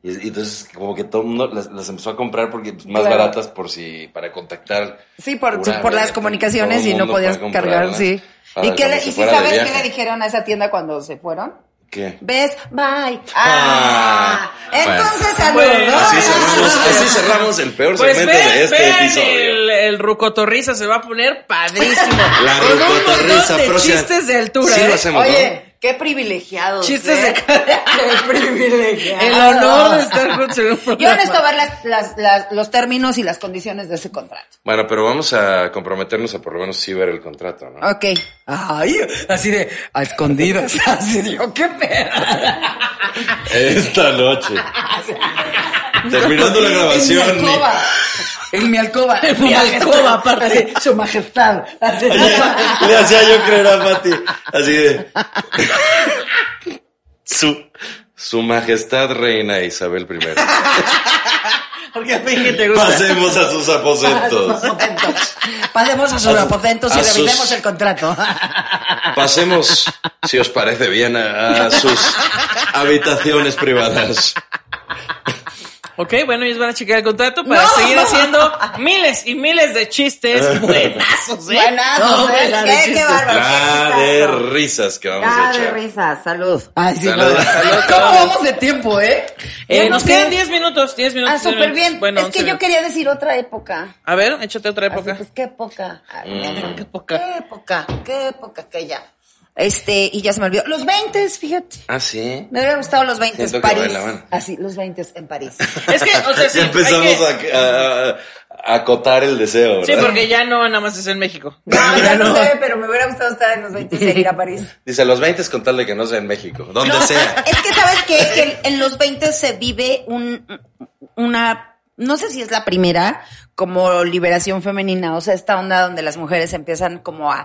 S2: Y entonces como que todo el mundo las empezó a comprar porque pues, más
S3: Claro.
S2: baratas para contactar.
S3: Sí, por
S2: Pura,
S3: las comunicaciones
S2: todo el
S3: y no
S2: mundo
S3: podías
S2: puede
S3: cargar,
S2: comprarlas
S3: sí.
S2: para
S3: ¿Y
S2: cuando se
S3: si
S2: fuera de
S3: sabes qué
S2: viaje.
S3: le dijeron a esa tienda cuando se fueron?
S2: ¿Qué?
S3: Best Bye.
S2: Bueno.
S3: Entonces, saludos.
S4: Bueno,
S2: Así cerramos el peor
S4: Pues
S2: segmento de este
S4: vean
S2: episodio.
S4: el Rucotorrisa se va a poner padrísimo.
S2: La
S4: Con un
S2: Rucotorrisa
S4: montón de
S2: próxima.
S4: chistes de altura,
S2: Sí
S4: ¿eh?
S2: lo hacemos,
S3: Oye, qué privilegiados.
S4: Chistes de
S3: Qué privilegiados.
S4: El honor de estar juntos en un
S3: Yo
S4: programa.
S3: necesito ver los términos y las condiciones de ese contrato.
S2: Bueno, pero vamos a comprometernos a por lo menos sí ver el contrato, ¿no?
S3: Ok. Ay, así de a escondidas. Así de, qué pedo.
S2: Esta noche. Terminando la grabación.
S3: En mi alcoba. En mi alcoba.
S4: En mi alcoba, aparte.
S3: Así, su majestad. Así.
S2: Le hacía yo creer a Pati. Así de. Su majestad reina Isabel I.
S4: Porque a ti que te gusta.
S2: Pasemos a sus aposentos.
S3: Pasemos a sus aposentos y
S2: a sus-
S3: revisemos el contrato.
S2: Pasemos, si os parece bien, a sus habitaciones privadas.
S4: Ok, bueno, ellos van a checar el contrato para
S3: No.
S4: seguir haciendo miles y miles de chistes buenazos, ¿eh?
S3: Buenazos,
S4: No,
S3: ¿eh?
S4: la de
S3: Qué
S4: chistes.
S3: bárbaro.
S2: La de risas que vamos a
S3: Ah, de
S2: echar.
S3: risa, salud. Ay, sí,
S2: Salud.
S3: ¿Cómo vamos de tiempo, Ya
S4: Nos
S3: no
S4: quedan
S3: sé.
S4: 10 minutos, 10 minutos.
S3: Ah,
S4: 10
S3: súper
S4: minutos.
S3: bien.
S4: Bueno,
S3: es que
S4: 11
S3: yo quería decir otra época.
S4: A ver, échate otra
S3: Así,
S4: época.
S3: pues, ¿qué época? Ay,
S4: ¿Qué época?
S3: ¿Qué época aquella? Y ya se me olvidó. Los 20, fíjate.
S2: Ah, sí.
S3: Me hubiera gustado los 20
S2: Siento que
S3: París.
S2: bailaban.
S3: Así, los 20 en París.
S4: Es que, o sea, sí,
S2: Ya empezamos
S4: hay que-
S2: a acotar el deseo, ¿verdad?
S4: Sí, porque ya no, nada más es en México.
S3: Ya no sé, pero me hubiera gustado estar en los 20 y ir a París.
S2: Dice, los 20 con tal de que no sea en México. Donde sea.
S3: Es que, ¿sabes qué? Que en los 20 se vive una, no sé si es la primera, como liberación femenina, o sea, esta onda donde las mujeres empiezan como a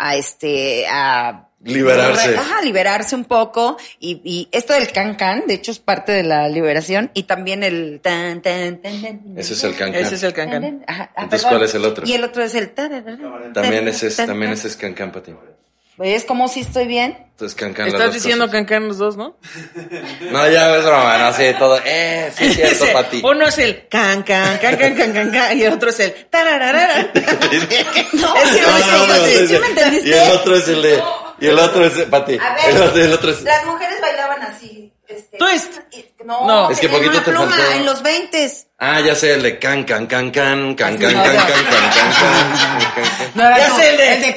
S2: Liberarse.
S3: Ajá, liberarse un poco. Y esto del can-can, de hecho, es parte de la liberación. Y también el tan, tan, tan, tan.
S2: Ese es el cancan.
S4: Ese es el cancan.
S3: Ajá,
S2: Entonces,
S3: perdón.
S2: ¿cuál es el otro?
S3: Y el otro es el
S2: También ese es cancan para ti.
S3: ¿Ves cómo sí estoy bien?
S2: Entonces cancan las
S4: Estás
S2: dos
S4: diciendo
S2: cosas.
S4: cancan los dos, ¿no?
S2: No, ya es broma, no, sí, todo. Sí, es cierto,
S4: Ese,
S2: para ti.
S4: uno es el can, y el otro es el tararara.
S3: No, es que no, ¿sí me entendiste?
S2: Y el otro es el de. Y el otro es para ti.
S3: A ver,
S2: El otro es.
S3: las mujeres bailaban así.
S4: Twist.
S3: No,
S4: No.
S2: Es que
S3: tenían
S2: poquito
S3: una
S2: te
S3: pluma
S2: faltó.
S3: en los 20s.
S2: Ah, ya sé, el de can.
S3: No, ya.
S4: Ya sé, el de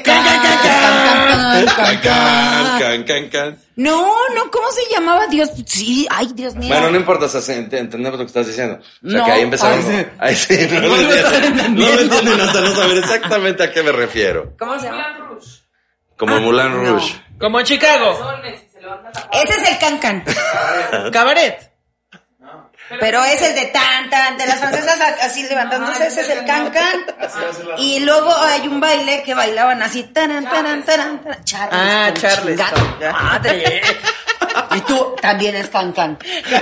S2: Can.
S3: No, ¿cómo se llamaba? Dios, sí, ay, Dios mío.
S2: Bueno, no importa, o sea, entendemos lo que estás diciendo. O sea,
S3: No.
S2: que ahí empezaron.
S3: Ay, sí.
S2: Ahí sí, no lo entienden hasta no saber exactamente a qué me refiero.
S3: ¿Cómo se llama?
S2: Como Moulin Rouge.
S4: Como en Chicago.
S3: Ese es el can-can.
S4: Cabaret.
S3: Pero es el de tan, de las francesas así levantándose, ese es el can-can. Y luego hay un baile que bailaban así, taran. Charles.
S4: Ah, Charles. Ya.
S3: Madre. Y tú también es can-can.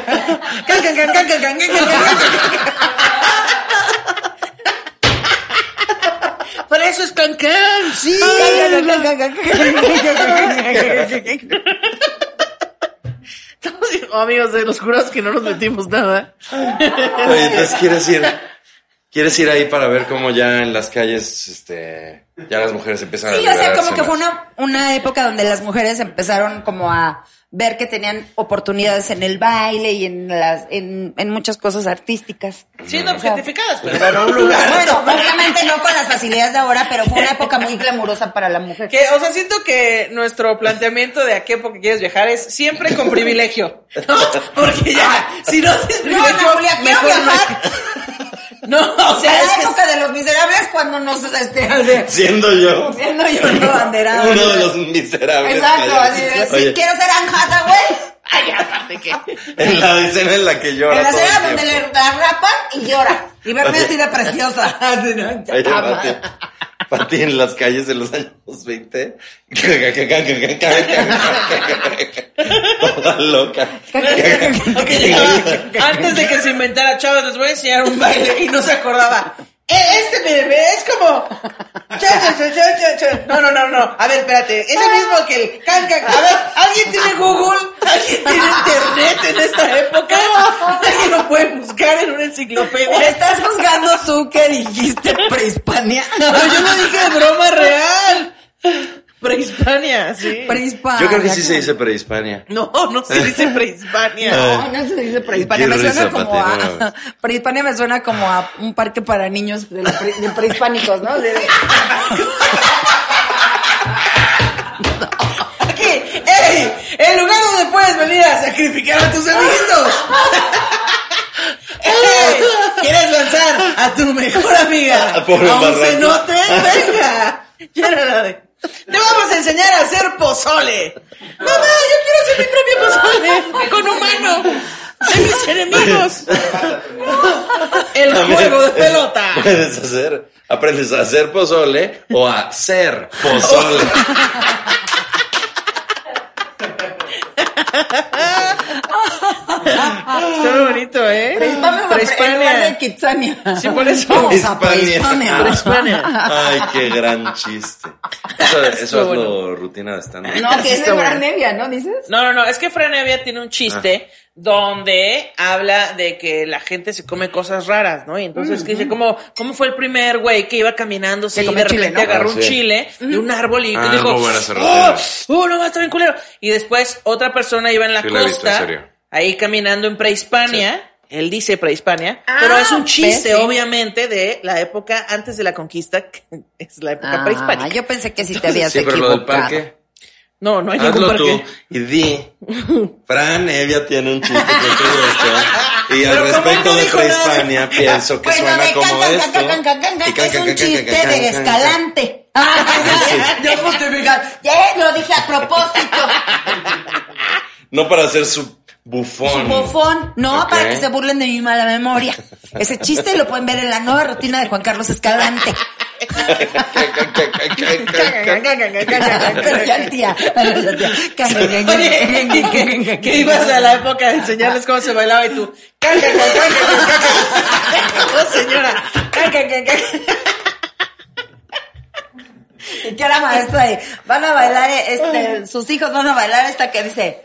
S4: Por eso es cancan. Sí. Amigos de los jurados que no nos metimos nada.
S2: Oye, entonces quieres ir ahí para ver cómo ya en las calles, ya las mujeres empiezan a
S3: Sí, o sea,
S2: liberarse
S3: como que fue
S2: más.
S3: una época donde las mujeres empezaron como a ver que tenían oportunidades en el baile y en muchas cosas artísticas.
S4: Siendo
S3: O sea,
S4: objetificadas, pero bueno, un lugar.
S3: Bueno, obviamente no con las facilidades de ahora, pero fue una época muy glamurosa para la mujer.
S4: Que, o sea, siento que nuestro planteamiento de a qué época quieres viajar es siempre con privilegio. ¿No? Porque ya, si no tienes
S3: No,
S4: privilegio,
S3: Ana Julia, quiero
S4: mejor
S3: viajar.
S4: No, o sea,
S3: A
S4: es
S3: la
S4: que
S3: época de los miserables cuando nos
S2: Siendo yo
S3: siendo yo una banderada.
S2: uno de los miserables.
S3: Exacto,
S2: que hay.
S3: así de,
S2: Oye,
S3: si quiero ser Anne Hathaway,
S4: ay, aparte que.
S2: en la escena en la que llora
S3: en la
S2: todo el
S3: escena donde
S2: tiempo.
S3: le la rapan y llora. Y verme así de preciosa. Así, ¿no?
S2: Oye,
S3: Chama.
S2: Pati en las calles de los años 20. Toda loca.
S4: Antes de que se inventara Chávez, les voy a enseñar un baile y no se acordaba. Este, mire, es como... No. A ver, espérate. Es el mismo que el canca. A ver, ¿alguien tiene Google? ¿Alguien tiene internet en esta época? ¿Alguien lo puede buscar en una enciclopedia?
S3: ¿Me estás juzgando tú que dijiste prehispania?
S4: No, yo lo dije de broma real. Prehispania, sí.
S3: Prehispania.
S2: Yo creo que sí se dice prehispania.
S4: No se dice prehispania.
S3: No se dice prehispania.
S2: Qué
S3: Me suena
S2: risa,
S3: como
S2: Pati,
S3: a...
S2: no.
S3: Prehispania me suena como a un parque para niños de prehispánicos, ¿no?
S4: Aquí, ¡ey! El lugar donde puedes venir a sacrificar a tus amiguitos. ¡Ey! ¿Quieres lanzar a tu mejor amiga
S2: Pobre
S4: a un
S2: barranco.
S4: cenote? ¡Venga! Te vamos a enseñar a hacer pozole. Mamá, yo quiero hacer mi propio pozole con humano. De mis enemigos. El
S2: También
S4: juego de pelota.
S2: Aprendes a hacer pozole o a ser pozole.
S4: Está muy bonito, ¿eh?
S3: Prehispania de Kitsania.
S4: Sí, por eso.
S3: Vamos a Prehispania.
S4: Prehispania.
S2: Ay, qué gran chiste. Eso es lo rutina de stand-up.
S3: No, que es
S4: Está
S3: de
S4: bueno.
S3: Fran Evia, ¿no? ¿Dices?
S4: No, es que Fran Evia tiene un chiste donde habla de que la gente se come cosas raras, ¿no? Y entonces que dice, ¿cómo fue el primer güey que iba caminando así
S3: Que
S4: y
S3: comió
S4: de repente
S3: chile, ¿no?
S4: agarró
S2: Ah,
S4: un
S2: sí.
S4: chile de un árbol y
S2: Ah,
S4: dijo,
S2: muy buena esa rutina.
S4: no, está bien culero. Y después otra persona iba en la
S2: Sí, la he visto, en
S4: costa,
S2: serio.
S4: ahí caminando en Prehispania. Él dice Prehispania,
S3: Ah,
S4: pero es un chiste,
S3: ¿ves? Sí.
S4: obviamente, de la época antes de la conquista, que es la época prehispánica.
S3: Yo pensé que sí te habías
S2: Sí, pero lo
S3: equivocado.
S2: del parque,
S4: No hay ningún
S2: hazlo tú
S4: parque.
S2: y di. Fran Evia tiene un chiste que todo esto. Y al
S4: Pero como
S2: respecto
S4: no
S2: de
S4: dijo nada.
S2: Prehispania, pienso que suena
S3: de
S2: como esto. Y
S3: es un chiste de Escalante. Yo justificar. Lo dije a propósito.
S2: No para hacer su bufón.
S3: Bufón, no,
S2: Ok.
S3: para que se burlen de mi mala memoria. Ese chiste lo pueden ver en la nueva rutina de Juan Carlos Escalante. Pero ya, tía.
S4: Oye, que ibas a la época de enseñarles cómo se bailaba y tú. Oh, señora.
S3: Y que era maestra ahí. Van a bailar, sus hijos van a bailar esta que dice.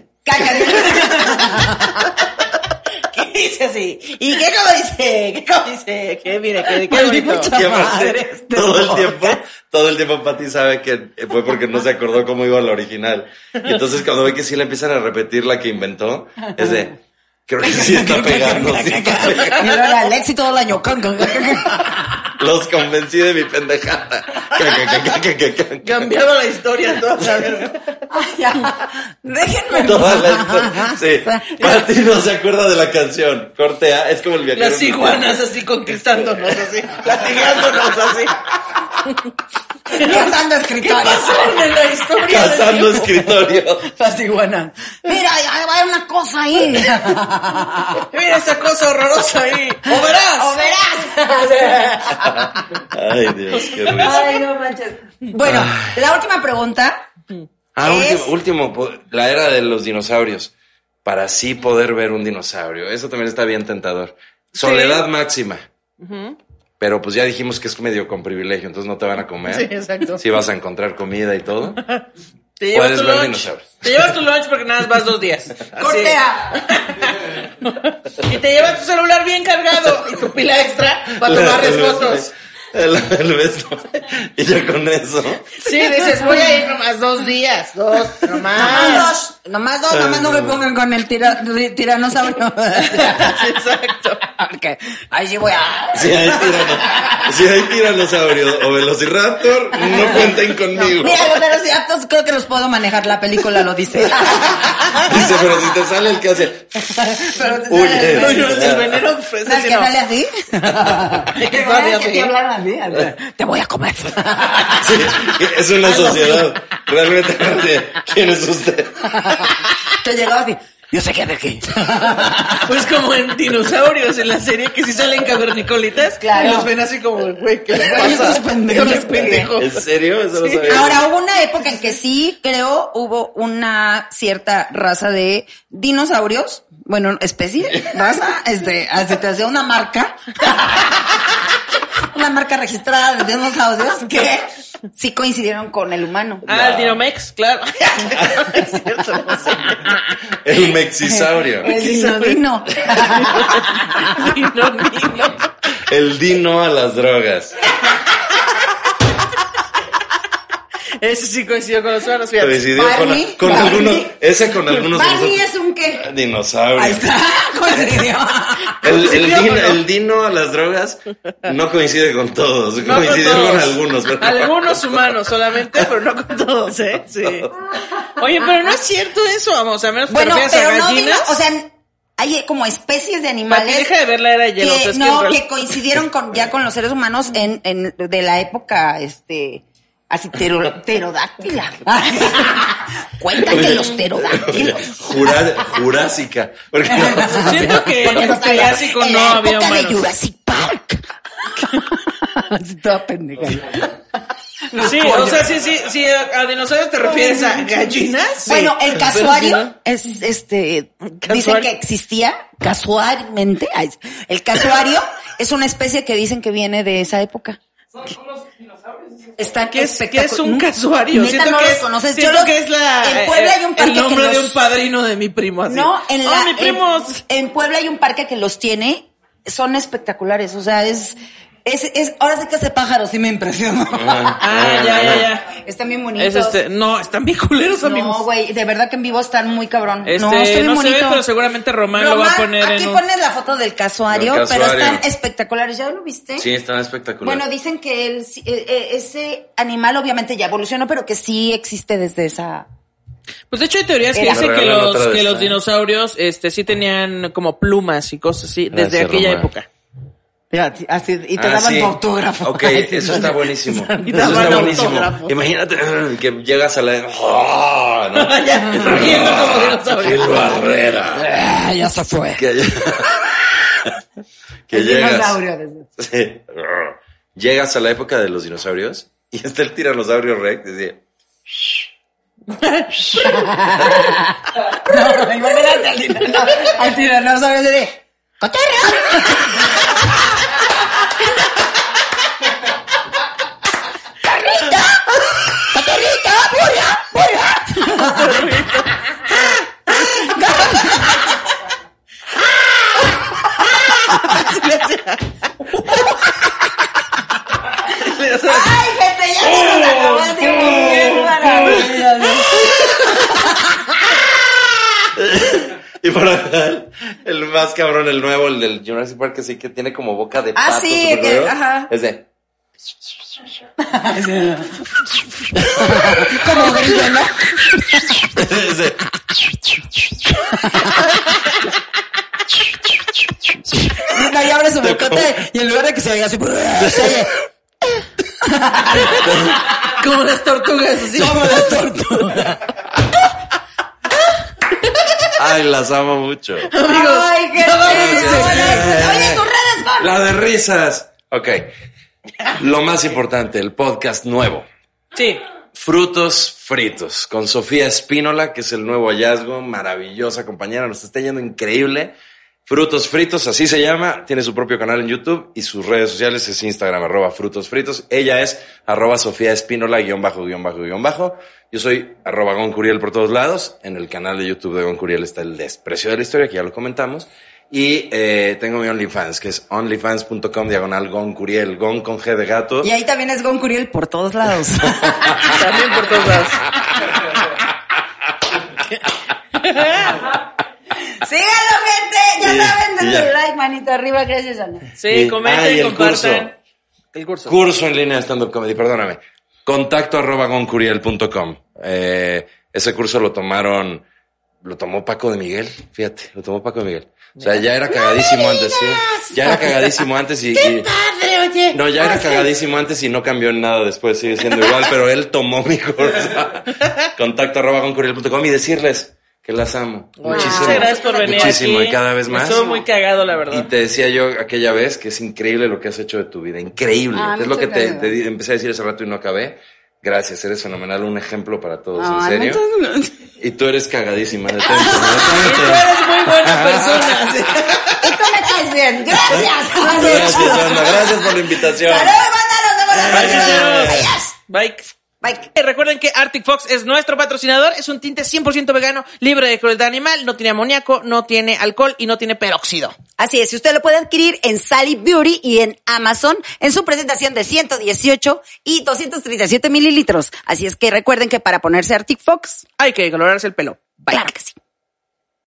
S4: ¿Qué dice así? ¿Y qué cómo dice? Que mire, qué bonito.
S2: Que aparte,
S3: madre,
S2: todo el tiempo Pati sabe que fue porque no se acordó cómo iba la original. Y entonces cuando ve que sí le empiezan a repetir la que inventó, es de, creo que sí está pegando, sí está pegando.
S3: Y era el éxito del año.
S2: Los convencí de mi pendejada.
S4: Cambiaba la historia toda la verga.
S3: Ay, ya. Déjenme.
S2: Toda la historia. Sí. Pati no se acuerda de la canción. Corte A, es como el viajero.
S4: Las iguanas así conquistándonos así, latigándonos así.
S3: Cazando escritores.
S4: Pasó en la historia.
S2: Cazando escritorios.
S3: Las iguanas. Mira, ahí va una cosa ahí.
S4: Mira esa cosa horrorosa ahí. ¡O verás!
S2: Ay, Dios, qué risa.
S3: Ay, no manches. Bueno, la última pregunta.
S2: Último, la era de los dinosaurios. Para así poder ver un dinosaurio. Eso también está bien tentador. Soledad máxima. Pero pues ya dijimos que es medio con privilegio, entonces no te van a comer.
S4: Sí, exacto.
S2: Sí vas a encontrar comida y todo.
S4: Te llevas
S2: Puedes
S4: tu
S2: ver
S4: lunch.
S2: dinosaurios.
S4: Te llevas tu lunch porque nada más vas 2 días. Así.
S3: Cortea.
S4: Y te llevas tu celular bien cargado y tu pila extra para tomarles fotos.
S2: El beso. Y ya con eso.
S4: Sí, dices, voy a ir nomás 2 días. 2, nomás.
S3: Nomás no me pongan con el tiranosaurio.
S4: Exacto.
S3: Porque ahí sí voy a...
S2: Si hay tiranosaurio o velociraptor, no cuenten conmigo.
S3: Mira, los velociraptors creo que los puedo manejar, la película lo dice.
S2: Dice, pero si te sale el que hace.
S3: Pero te
S2: Huye.
S3: sale
S4: No, el veneno de fresa,
S3: ¿Sabes
S4: sí
S3: que
S4: no.
S3: sale así?
S4: Que sale así.
S3: Que hablan así. Te voy a comer.
S2: Sí, es una sociedad. Realmente, ¿quién es usted?
S3: Te llegó así. Yo sé que de aquí.
S4: Pues como en dinosaurios en la serie que sí salen cavernicolitas.
S3: Claro.
S4: Y los ven así como, güey, ¿qué le
S3: Güey,
S4: pasa?
S3: estos pendejos.
S4: Estos pendejos.
S2: ¿En serio? Eso no sabía.
S3: Ahora, hubo una época en que sí, creo, hubo una cierta raza de dinosaurios. Bueno, especie, raza, así te hacía una marca. una marca registrada de dinosaurios que sí coincidieron con el humano.
S4: El Dinomex, claro. Es cierto, no sé.
S2: El mexisaurio.
S3: El dino.
S4: Dino.
S2: El dino a las drogas.
S4: Ese sí coincidió con los humanos, fíjate.
S2: Coincidió
S3: Barney,
S2: con
S3: Barney.
S2: algunos. Ese con algunos. de
S3: Barney
S2: nosotros.
S3: es un qué.
S2: Dinosaurio.
S3: Ahí está, coincidió.
S2: El dino a las drogas no coincide con todos.
S4: No
S2: coincidió
S4: con
S2: con
S4: todos.
S2: algunos. pero-
S4: Algunos humanos solamente, pero no con todos, ¿eh? Sí. Oye, pero no es cierto eso, vamos, a menos que
S3: Bueno,
S4: te refieras
S3: pero
S4: a
S3: no
S4: gallinas.
S3: o sea, hay como especies de
S4: Pati,
S3: animales
S4: deja de ver la era de hielo.
S3: que,
S4: es
S3: no,
S4: en realidad-
S3: que coincidieron con los seres humanos en de la época, así pterodáctila. Cuentan que los pterodáctilos.
S2: Jurásica. Porque
S4: Siento que en el Jurásico
S3: en
S4: no
S3: la
S4: había
S3: época de
S4: humanos.
S3: Jurassic Park. Así toda pendeja.
S4: Sí, o sea, sí, a dinosaurios te refieres a gallinas. Sí.
S3: Bueno, el
S4: Pero
S3: casuario es dicen
S4: ¿Casuario?
S3: que existía casualmente. El casuario es una especie que dicen que viene de esa época. Está
S4: ¿Qué es un casuario?
S3: Neta, no
S4: que
S3: los
S4: es,
S3: conoces.
S4: siento
S3: Yo los-
S4: que es
S3: en Puebla hay un parque
S4: el nombre
S3: que
S4: de
S3: los-
S4: un padrino de mi primo, así.
S3: No,
S4: mi primo.
S3: en Puebla hay un parque que los tiene, son espectaculares, o sea, ahora sí que ese pájaro sí me impresionó.
S4: Ya.
S3: Están bien bonitos.
S4: No, están bien culeros, amigos.
S3: No, güey, de verdad que en vivo están muy cabrón.
S4: No,
S3: está bien
S4: no se ve,
S3: bonito.
S4: pero seguramente Román lo va a poner
S3: aquí
S4: en un...
S3: pones la foto del casuario,
S2: Del
S3: pero
S2: casuario.
S3: están espectaculares. ¿Ya lo viste?
S2: sí, están espectaculares.
S3: Bueno, dicen que ese animal obviamente ya evolucionó, pero que sí existe desde esa...
S4: Pues de hecho hay teorías que
S3: Era-
S4: dicen
S2: Me
S4: que
S2: regalan otra de
S4: los
S2: esta, ¿eh?
S4: dinosaurios sí tenían como plumas y cosas así desde
S2: Gracias,
S4: aquella
S2: Román.
S4: época.
S3: Así, y te daban
S2: sí.
S3: tu autógrafo.
S2: Ok, eso está buenísimo.
S4: Y
S2: Eso
S4: daban
S2: está buenísimo.
S4: autógrafos.
S2: Imagínate que llegas a la... ¡Oh! ¿no?
S4: Ya, riendo como dinosaurio.
S2: Gil Barrera.
S3: Ya se fue.
S2: Que
S3: El
S2: llegas.
S3: dinosaurio.
S2: Sí. Llegas a la época de los dinosaurios y está el tiranosaurio Rex. Decía,
S3: No, imagínate al tiranosaurio de... ¡Cotorreo! ¡Cotorrito! ¡Burra! ¡Ay, gente! ¡Ya se nos acabó el tiempo! ¡Qué maravilla!
S2: y por acá, el más cabrón, el nuevo, el del Jurassic Park, que sí que tiene como boca de pato.
S3: sí,
S2: súper
S3: que-
S2: culero.
S3: ajá.
S2: Es de...
S3: Como grillo, ¿no?
S2: es de...
S3: Y ahí abre su bocote y en lugar de que se oiga así, se oye
S4: Como las tortugas, así.
S3: como la tortuga.
S2: Ay, las amo mucho.
S4: Amigos,
S3: Ay, qué
S4: ya vamos.
S3: chido. Oye, tus redes, Juan.
S2: La de risas. Ok. Lo más importante, el podcast nuevo.
S4: Sí.
S2: Frutos fritos con Sofía Espínola, que es el nuevo hallazgo, maravillosa compañera, nos está yendo increíble. Frutos fritos, así se llama, tiene su propio canal en YouTube y sus redes sociales es Instagram, @frutosfritos. Ella es @Sofía Espínola, _. Yo soy @Goncuriel por todos lados. En el canal de YouTube de Goncuriel está el desprecio de la historia, que ya lo comentamos. Y tengo mi OnlyFans, que es onlyfans.com/Goncuriel, Gon con G de gato.
S3: Y ahí también es Goncuriel por todos lados.
S4: También por todos lados.
S3: Síganlo, gente. Ya
S2: Sí,
S3: saben, denle
S2: ya.
S3: like, manito arriba, gracias, Ana.
S4: Sí,
S2: Y-
S4: comenten,
S2: y el
S4: compartan. El curso.
S2: Curso en línea de stand-up comedy, perdóname. Contacto @goncuriel.com. Ese curso lo tomó Paco de Miguel, fíjate, lo tomó Paco de Miguel. O sea, ya era cagadísimo antes, sí. Ya era cagadísimo antes y...
S3: Padre, oye.
S2: No, ya era cagadísimo antes y no cambió en nada después, sigue siendo igual, pero él tomó mi curso. Contacto @goncuriel.com y decirles que las amo. Muchísimo.
S4: Muchas gracias por venir
S2: Muchísimo,
S4: aquí.
S2: y cada vez más.
S4: Estuvo muy cagado, la
S2: Y
S4: verdad.
S2: te decía yo aquella vez que es increíble lo que has hecho de tu vida. Increíble.
S3: Ah,
S2: es lo que
S3: muchas gracias.
S2: empecé a decir hace rato y no acabé. Gracias, eres fenomenal. Un ejemplo para todos, en
S3: Ay,
S2: serio.
S3: muchas gracias.
S2: Y tú eres cagadísima.
S4: Y tú eres muy buena persona. sí.
S3: Y tú me caes estamos bien. Gracias.
S2: Gracias, Ana. Gracias por la invitación.
S3: ¡Salud, banda! Nos vemos la próxima.
S4: Adiós. Bye.
S3: Bye.
S4: Recuerden que Arctic Fox es nuestro patrocinador. Es un tinte 100% vegano, libre de crueldad animal, no tiene amoníaco, no tiene alcohol y no tiene peróxido.
S3: Así es, y usted lo puede adquirir en Sally Beauty y en Amazon en su presentación de 118 y 237 mililitros. Así es que recuerden que para ponerse Arctic Fox
S4: Hay que colorarse el pelo. Bye.
S3: Claro que sí.